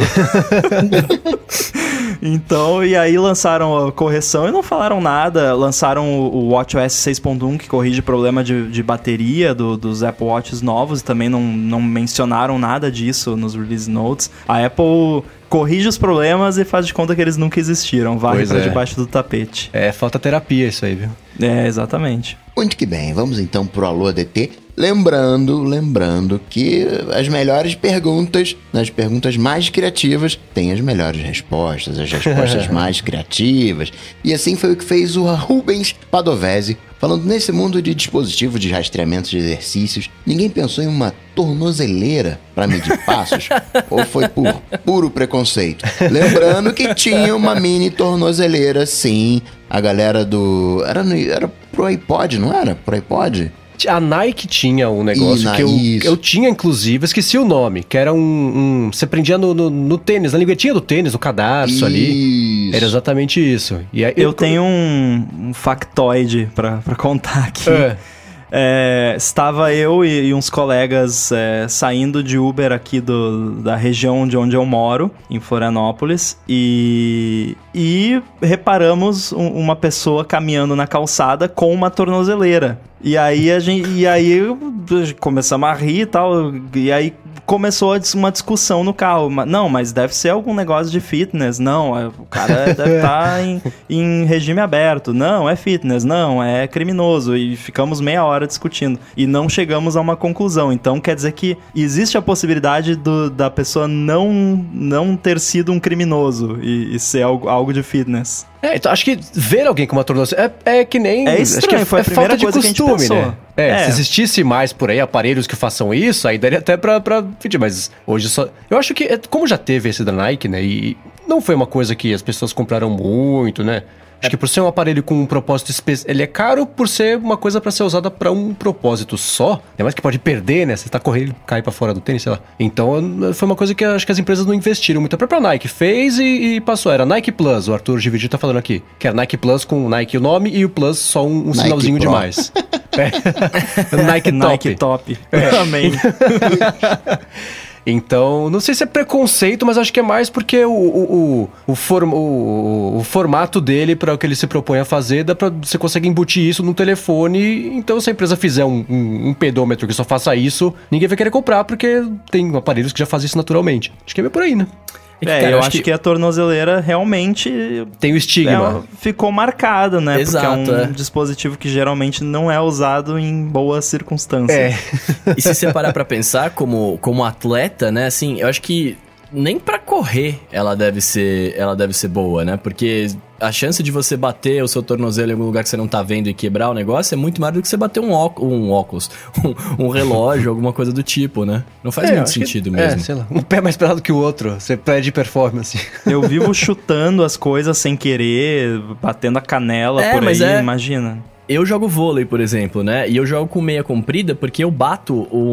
Então, e aí lançaram a correção e não falaram nada. Lançaram o WatchOS 6.1, que corrige problema de bateria dos Apple Watches novos. E também não mencionaram nada disso nos release notes. A Apple corrige os problemas e faz de conta que eles nunca existiram. Varre pra debaixo do tapete. Falta terapia isso aí, viu? Exatamente. Muito que bem, vamos então pro Alô ADT. Lembrando que as melhores perguntas, nas perguntas mais criativas, tem as melhores respostas, as respostas mais criativas. E assim foi o que fez o Rubens Padovese, falando nesse mundo de dispositivo de rastreamento de exercícios, ninguém pensou em uma tornozeleira para medir passos? Ou foi por puro preconceito? Lembrando que tinha uma mini tornozeleira, sim. A galera do... Era pro iPod, não era? Pro iPod? A Nike tinha um negócio que eu tinha, inclusive, esqueci o nome, que era você prendia no tênis, na linguetinha do tênis, no cadarço ali. Era exatamente isso. E aí, eu tenho um factoide pra contar aqui. Estava eu e uns colegas saindo de Uber aqui da região de onde eu moro, em Florianópolis, e reparamos uma pessoa caminhando na calçada com uma tornozeleira. E aí começamos a rir e tal, e aí começou uma discussão no carro. Não, mas deve ser algum negócio de fitness. Não, o cara deve estar em regime aberto. Não, é fitness. Não, é criminoso. E ficamos meia hora discutindo. E não chegamos a uma conclusão. Então, quer dizer que existe a possibilidade da pessoa não ter sido um criminoso e ser algo de fitness. Então acho que ver alguém com uma tornozeleira é que nem... É estranho, foi a primeira coisa que a gente pensou. Né? Se existisse mais por aí aparelhos que façam isso, aí daria até pra pedir, mas hoje só... Eu acho que, como já teve esse da Nike, né, e não foi uma coisa que as pessoas compraram muito, né? Acho que por ser um aparelho com um propósito específico, ele é caro por ser uma coisa pra ser usada pra um propósito só. É mais que pode perder, né? Você tá correndo, cai pra fora do tênis, sei lá. Então, foi uma coisa que acho que as empresas não investiram muito. A própria Nike fez e passou. Era Nike Plus, o Arthur Gividi tá falando aqui. Que era Nike Plus com Nike o nome e o Plus só um sinalzinho Pro. Demais. Nike Top. Nike Top. Amém. Então, não sei se é preconceito, mas acho que é mais porque o formato dele, para o que ele se propõe a fazer, você consegue embutir isso no telefone. Então, se a empresa fizer um pedômetro que só faça isso, ninguém vai querer comprar, porque tem aparelhos que já fazem isso naturalmente. Acho que é meio por aí, né? Cara, eu acho que a tornozeleira realmente tem o estigma. Ficou marcada, né? Exato, porque é um dispositivo que geralmente não é usado em boas circunstâncias. E se você parar pra pensar como atleta, né? Assim, eu acho que nem pra correr ela deve ser boa, né? Porque a chance de você bater o seu tornozelo em algum lugar que você não tá vendo e quebrar o negócio é muito maior do que você bater um óculos, um relógio, alguma coisa do tipo, né? Não faz muito sentido mesmo. Sei lá, um pé mais pesado que o outro, você perde performance. Eu vivo chutando as coisas sem querer, batendo a canela por aí, imagina. Eu jogo vôlei, por exemplo, né? E eu jogo com meia comprida porque eu bato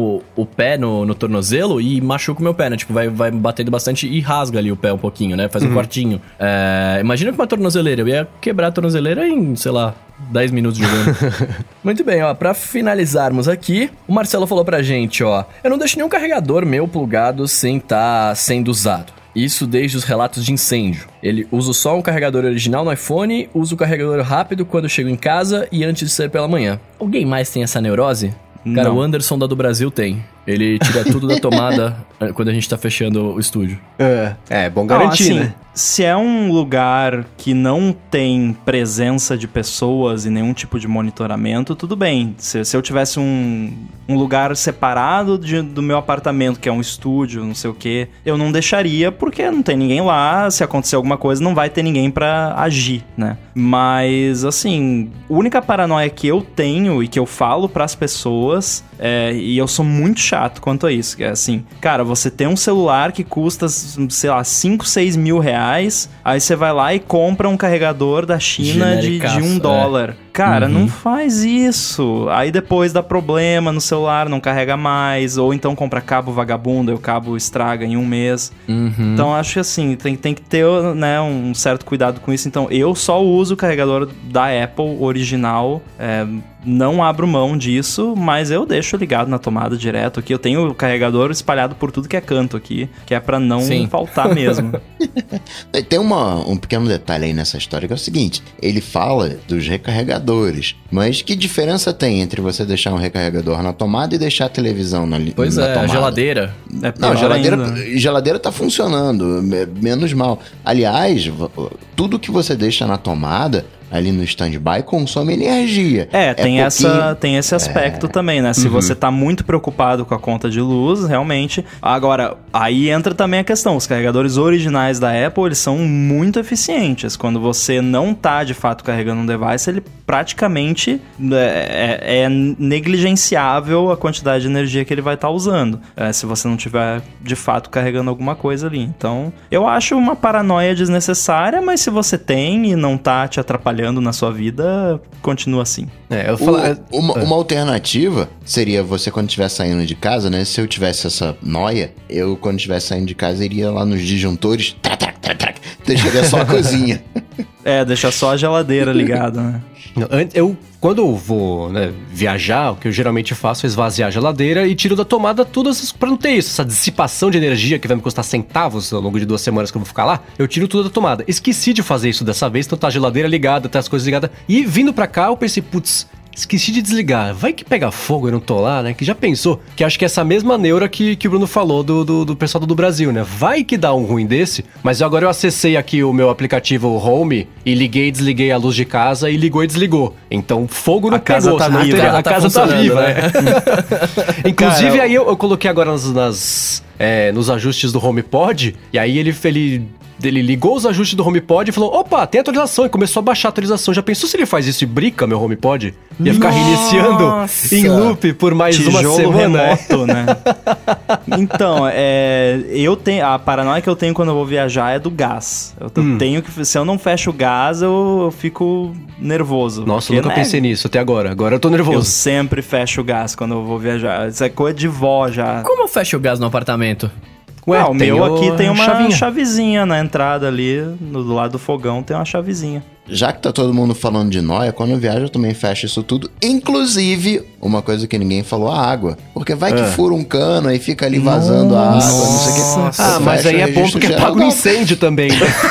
o pé no tornozelo e machuco o meu pé, né? Tipo, vai batendo bastante e rasga ali o pé um pouquinho, né? Faz um cortinho. Imagina com uma tornozeleira. Eu ia quebrar a tornozeleira em, sei lá, 10 minutos jogando. Muito bem, ó. Pra finalizarmos aqui, o Marcelo falou pra gente, ó. Eu não deixo nenhum carregador meu plugado sem tá sendo usado. Isso desde os relatos de incêndio. Ele usa só um carregador original no iPhone, usa o carregador rápido quando chego em casa e antes de sair pela manhã. Alguém mais tem essa neurose? Cara, o Anderson da do Brasil tem. Ele tira tudo da tomada quando a gente tá fechando o estúdio. É bom garantir, assim, né? Se é um lugar que não tem presença de pessoas e nenhum tipo de monitoramento, tudo bem. Se eu tivesse um lugar separado do meu apartamento, que é um estúdio, não sei o quê, eu não deixaria porque não tem ninguém lá. Se acontecer alguma coisa, não vai ter ninguém pra agir, né? Mas, assim, a única paranoia que eu tenho e que eu falo pras pessoas, e eu sou muito chato quanto a isso, que é assim, cara, você tem um celular que custa, sei lá, 5, 6 mil reais, aí você vai lá e compra um carregador da China de $1. Cara, não faz isso. Aí depois dá problema no celular, não carrega mais, ou então compra cabo vagabundo, e o cabo estraga em um mês. Então acho que assim, tem que ter, né, um certo cuidado com isso. Então eu só uso o carregador da Apple original, não abro mão disso, mas eu deixo ligado na tomada direto aqui. Eu tenho o carregador espalhado por tudo que é canto aqui, que é pra não faltar mesmo. Tem um pequeno detalhe aí nessa história, que é o seguinte: ele fala dos recarregadores, mas que diferença tem entre você deixar um recarregador na tomada e deixar a televisão na tomada? Pois é, a geladeira. Não, geladeira tá funcionando, menos mal. Aliás, tudo que você deixa na tomada ali no stand-by consome energia. Tem esse aspecto também, né? Se você tá muito preocupado com a conta de luz, realmente. Agora, aí entra também a questão. Os carregadores originais da Apple, eles são muito eficientes. Quando você não tá, de fato, carregando um device, ele praticamente é negligenciável a quantidade de energia que ele vai estar usando. Se você não tiver, de fato, carregando alguma coisa ali. Então, eu acho uma paranoia desnecessária, mas se você tem e não tá te atrapalhando na sua vida, continua assim. Uma alternativa seria você, quando estiver saindo de casa, né? Se eu tivesse essa noia, eu, quando estiver saindo de casa, iria lá nos disjuntores, deixaria só a cozinha. Deixar só a geladeira ligada, né? Quando eu vou, né, viajar, o que eu geralmente faço é esvaziar a geladeira e tiro da tomada todas, pra não ter isso, essa dissipação de energia que vai me custar centavos ao longo de 2 semanas que eu vou ficar lá, eu tiro tudo da tomada. Esqueci de fazer isso dessa vez, então tá a geladeira ligada, tá as coisas ligadas, e vindo pra cá eu pensei, putz, esqueci de desligar. Vai que pega fogo e eu não tô lá, né? Que já pensou? Que acho que é essa mesma neura que o Bruno falou do pessoal do Brasil, né? Vai que dá um ruim desse, mas agora eu acessei aqui o meu aplicativo Home e liguei e desliguei a luz de casa e ligou e desligou. Então, fogo não pegou. Tá viva. A casa tá viva, né? Inclusive, aí eu coloquei agora nos ajustes do HomePod, e aí ele ligou os ajustes do HomePod e falou, opa, tem atualização, e começou a baixar a atualização. Já pensou se ele faz isso e brica meu HomePod? Ia ficar reiniciando em loop por mais uma semana. Remoto, né? Então, eu tenho... A paranoia que eu tenho quando eu vou viajar é do gás. Eu tenho que... Se eu não fecho o gás, eu fico nervoso. Nossa, eu nunca pensei nisso até agora. Agora eu tô nervoso. Eu sempre fecho o gás quando eu vou viajar. Isso é coisa de vó já. Como eu fecho o gás no apartamento? Ué, o meu aqui tem uma chavezinha na entrada ali, do lado do fogão tem uma chavezinha. Já que tá todo mundo falando de nóia, quando eu viajo eu também fecho isso tudo. Inclusive, uma coisa que ninguém falou, a água. Porque vai que fura um cano, aí fica ali vazando a água, não sei o que. Ah, mas aí é bom porque paga o incêndio também.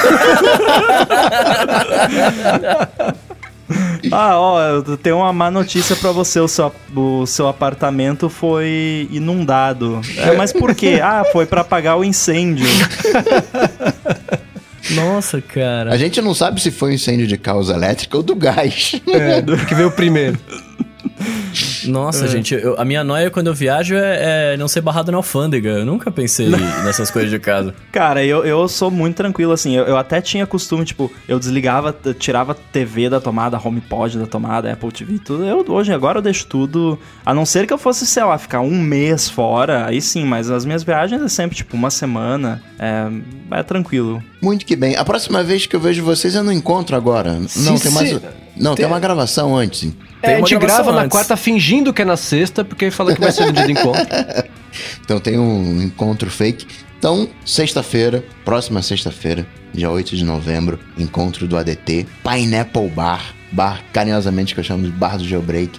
Eu tenho uma má notícia pra você, o seu apartamento foi inundado. Mas por quê? Foi pra apagar o incêndio. Nossa, cara. A gente não sabe se foi um incêndio de causa elétrica ou do gás. Que veio primeiro. Nossa, gente, a minha noia quando eu viajo é não ser barrado na alfândega. Eu nunca pensei nessas coisas de casa. Cara, eu sou muito tranquilo, assim. Eu até tinha costume, tipo, eu desligava, tirava a TV da tomada, HomePod da tomada, Apple TV, tudo. Agora eu deixo tudo. A não ser que eu fosse, sei lá, ficar um mês fora, aí sim, mas as minhas viagens é sempre, tipo, uma semana. É tranquilo. Muito que bem. A próxima vez que eu vejo vocês, eu não encontro agora. Tem uma gravação antes. A gente grava na quarta fingindo que é na sexta, porque fala que vai ser no dia do encontro. Então tem um encontro fake. Então, próxima sexta-feira, dia 8 de novembro, encontro do ADT, Pineapple Bar carinhosamente que eu chamo de Bar do Jailbreak.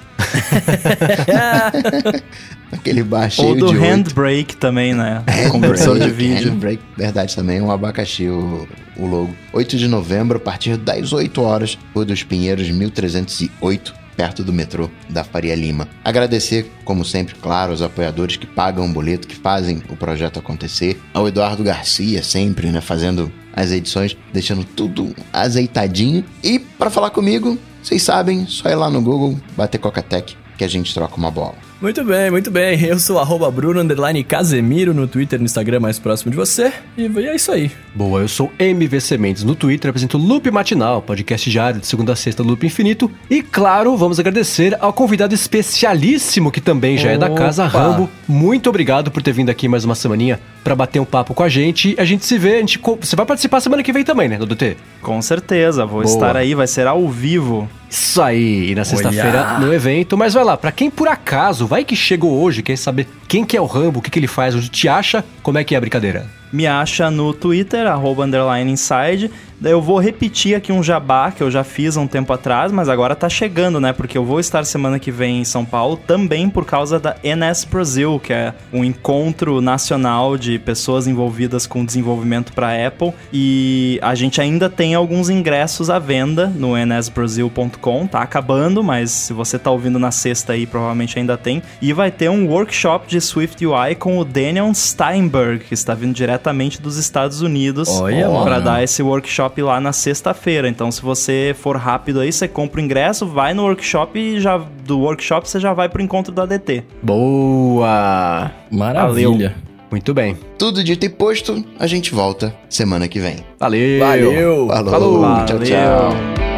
Aquele bar cheio de... Ou do Handbrake também, né? Conversão de vídeo. Handbrake, verdade também, um abacaxi o logo. 8 de novembro, a partir das 8 horas, Rua dos Pinheiros, 1308. Perto do metrô da Faria Lima. Agradecer, como sempre, claro, aos apoiadores que pagam o boleto, que fazem o projeto acontecer. Ao Eduardo Garcia, sempre, né, fazendo as edições, deixando tudo azeitadinho. E para falar comigo, vocês sabem, só ir lá no Google, bater Cocatec, que a gente troca uma bola. Muito bem, muito bem. Eu sou @Bruno_Casemiro no Twitter, no Instagram mais próximo de você. E é isso aí. Boa, eu sou MVC Mendes no Twitter, apresento Loop Matinal, podcast diário de segunda a sexta, Loop Infinito. E claro, vamos agradecer ao convidado especialíssimo, que também já é da casa, Rambo. Muito obrigado por ter vindo aqui mais uma semaninha pra bater um papo com a gente. A gente se vê, você vai participar semana que vem também, né, DT? Com certeza, vou estar aí, vai ser ao vivo. Isso aí, e na sexta-feira no evento. Mas vai lá, pra quem por acaso, vai que chegou hoje, quer saber quem que é o Rambo, o que ele faz, onde te acha, como é que é a brincadeira? Me acha no Twitter, @_inside. Daí eu vou repetir aqui um jabá que eu já fiz há um tempo atrás, mas agora tá chegando, né? Porque eu vou estar semana que vem em São Paulo, também por causa da NS Brasil, que é um encontro nacional de pessoas envolvidas com desenvolvimento para Apple. E a gente ainda tem alguns ingressos à venda no nsbrasil.com, tá acabando, mas se você tá ouvindo na sexta aí, provavelmente ainda tem. E vai ter um workshop de Swift UI com o Daniel Steinberg, que está vindo diretamente dos Estados Unidos para dar esse workshop lá na sexta-feira. Então, se você for rápido aí, você compra o ingresso, vai no workshop e do workshop você já vai pro encontro do ADT. Boa! Maravilha. Valeu. Muito bem. Tudo dito e posto, a gente volta semana que vem. Valeu! Falou! Tchau, tchau!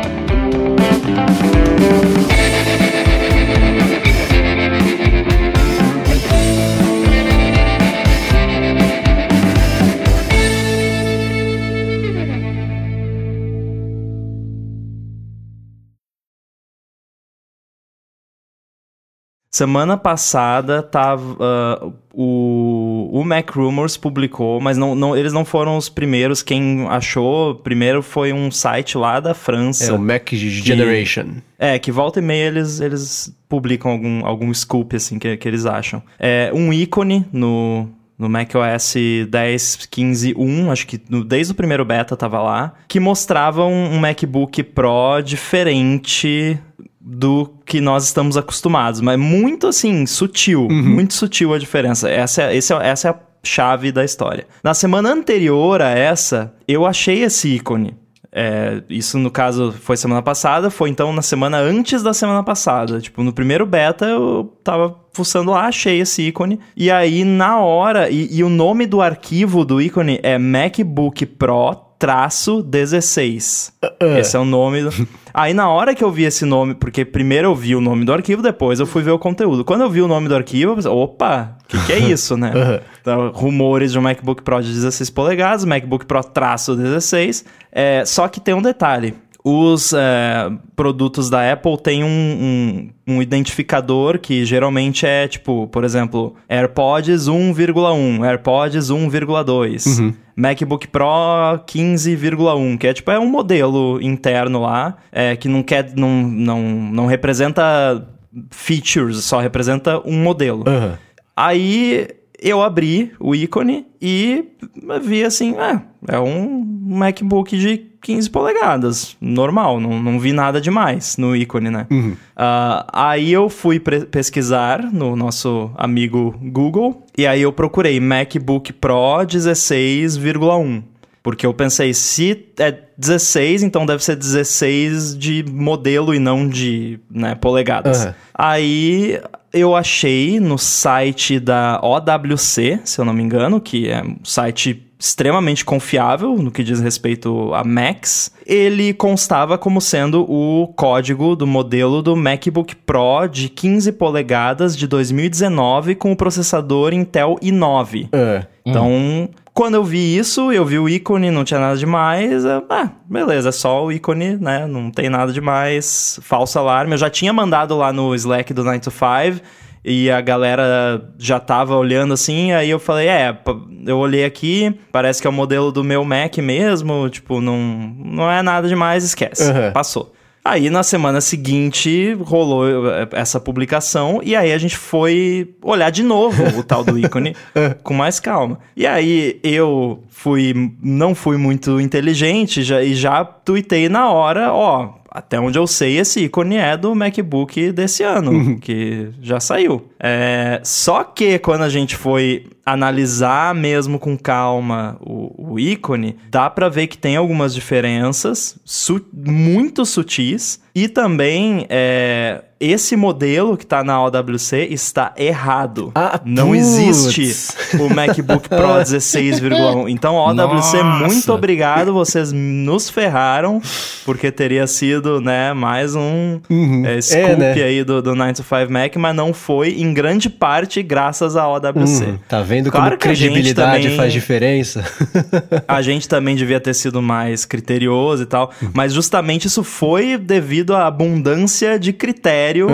Semana passada tava o Mac Rumors publicou, mas eles não foram os primeiros. Quem achou primeiro foi um site lá da França. O Mac Generation. Que volta e meia eles publicam algum scoop assim que eles acham. Um ícone no macOS 10.15.1, acho que desde o primeiro beta tava lá, que mostrava um MacBook Pro diferente do que nós estamos acostumados, mas muito assim, sutil, muito sutil a diferença. Essa é a chave da história. Na semana anterior a essa, eu achei esse ícone. Isso no caso foi semana passada, foi então na semana antes da semana passada. Tipo, no primeiro beta eu tava fuçando lá, achei esse ícone. E aí na hora, e o nome do arquivo do ícone é MacBook Pro -16. Esse é o nome do... Aí na hora que eu vi esse nome, porque primeiro eu vi o nome do arquivo, depois eu fui ver o conteúdo. Quando eu vi o nome do arquivo, eu pensei, opa, o que é isso, né? Então, rumores de um MacBook Pro de 16 polegadas, MacBook Pro -16. Só que tem um detalhe. Os produtos da Apple têm um identificador que geralmente é tipo, por exemplo, AirPods 1,1, AirPods 1,2, MacBook Pro 15,1, que é um modelo interno lá, que não representa features, só representa um modelo. Aí eu abri o ícone e vi assim, é um MacBook de 15 polegadas, normal, não vi nada demais no ícone, né? Aí eu fui pesquisar no nosso amigo Google, e aí eu procurei MacBook Pro 16,1. Porque eu pensei, se é 16, então deve ser 16 de modelo e não de polegadas. Aí eu achei no site da OWC, se eu não me engano, que é um site extremamente confiável no que diz respeito a Macs. Ele constava como sendo o código do modelo do MacBook Pro de 15 polegadas de 2019 com o processador Intel i9. Então, quando eu vi isso, eu vi o ícone, não tinha nada demais. Beleza, é só o ícone, né? Não tem nada demais. Falso alarme. Eu já tinha mandado lá no Slack do 9 to 5 e a galera já tava olhando assim. Aí eu falei, eu olhei aqui, parece que é o modelo do meu Mac mesmo. Tipo, não é nada demais, esquece. Passou. Aí, na semana seguinte, rolou essa publicação e aí a gente foi olhar de novo o tal do ícone com mais calma. E aí, eu não fui muito inteligente e já tuitei na hora, até onde eu sei, esse ícone é do MacBook desse ano, que já saiu. Só que quando a gente foi analisar mesmo com calma o ícone, dá pra ver que tem algumas diferenças muito sutis. E também, esse modelo que tá na OWC está errado. Não existe o MacBook Pro 16,1. Então, OWC, muito obrigado, vocês nos ferraram, porque teria sido, mais um scoop aí do 9 to 5 Mac, mas não foi, em grande parte, graças à OWC. Tá vendo como credibilidade faz diferença? A gente também devia ter sido mais criterioso e tal, mas justamente isso foi devido à abundância de critério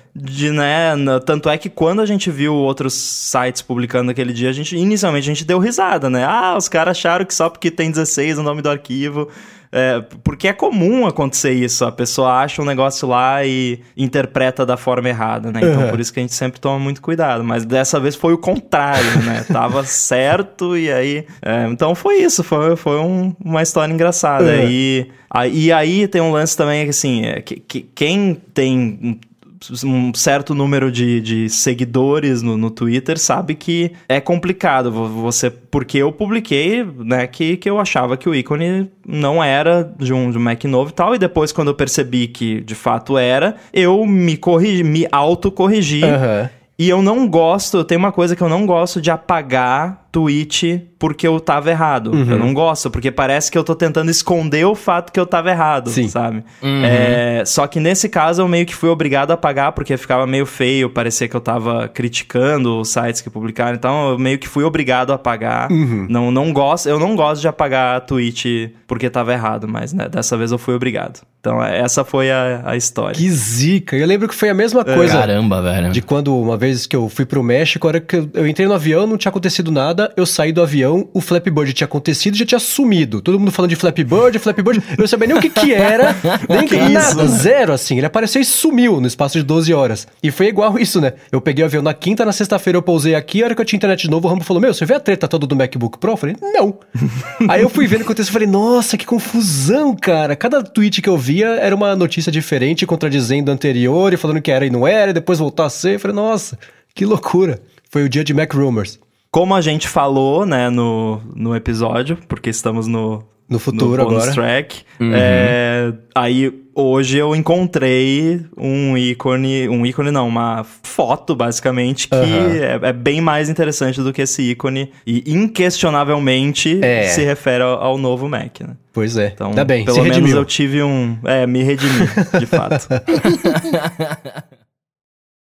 tanto é que quando a gente viu outros sites publicando aquele dia, inicialmente a gente deu risada, né? Os caras acharam que só porque tem 16 no nome do arquivo... porque é comum acontecer isso, a pessoa acha um negócio lá e interpreta da forma errada, né? Então, por isso que a gente sempre toma muito cuidado. Mas dessa vez foi o contrário, né? Tava certo e aí... então foi isso, foi uma história engraçada. E aí tem um lance também que, assim, quem tem... um certo número de seguidores no Twitter sabe que é complicado porque eu publiquei, né, que eu achava que o ícone não era de um Mac novo e tal, e depois quando eu percebi que de fato era, eu me autocorrigi. E eu tenho uma coisa que eu não gosto de apagar tweet porque eu tava errado. Eu não gosto, porque parece que eu tô tentando esconder o fato que eu tava errado, sabe? Só que nesse caso eu meio que fui obrigado a apagar, porque ficava meio feio, parecia que eu tava criticando os sites que publicaram, então eu meio que fui obrigado a apagar. Eu não gosto de apagar tweet porque tava errado, mas dessa vez eu fui obrigado. Então essa foi a história. Que zica! Eu lembro que foi a mesma coisa. Caramba, velho. De quando uma vez que eu fui pro México, a hora que eu entrei no avião, não tinha acontecido nada, eu saí do avião, o Flappy Bird tinha acontecido e já tinha sumido. Todo mundo falando de Flappy Bird, eu não sabia nem o que era, nem nada, zero, assim. Ele apareceu e sumiu no espaço de 12 horas. E foi igual isso, né? Eu peguei o avião na quinta, na sexta-feira eu pousei aqui, a hora que eu tinha internet de novo, o Rambo falou, você vê a treta toda do MacBook Pro? Eu falei, não. Aí eu fui vendo o que aconteceu e falei, nossa, que confusão, cara. Cada tweet que eu via era uma notícia diferente, contradizendo a anterior e falando que era e não era, e depois voltar a ser. Eu falei, nossa, que loucura. Foi o dia de Mac Rumors. Como a gente falou, né, no episódio, porque estamos no No futuro bonus agora. track. Aí hoje eu encontrei uma foto, basicamente, que é bem mais interessante do que esse ícone e inquestionavelmente se refere ao novo Mac, né? Pois é. Então, Tá bem, pelo menos eu tive me redimi, de fato.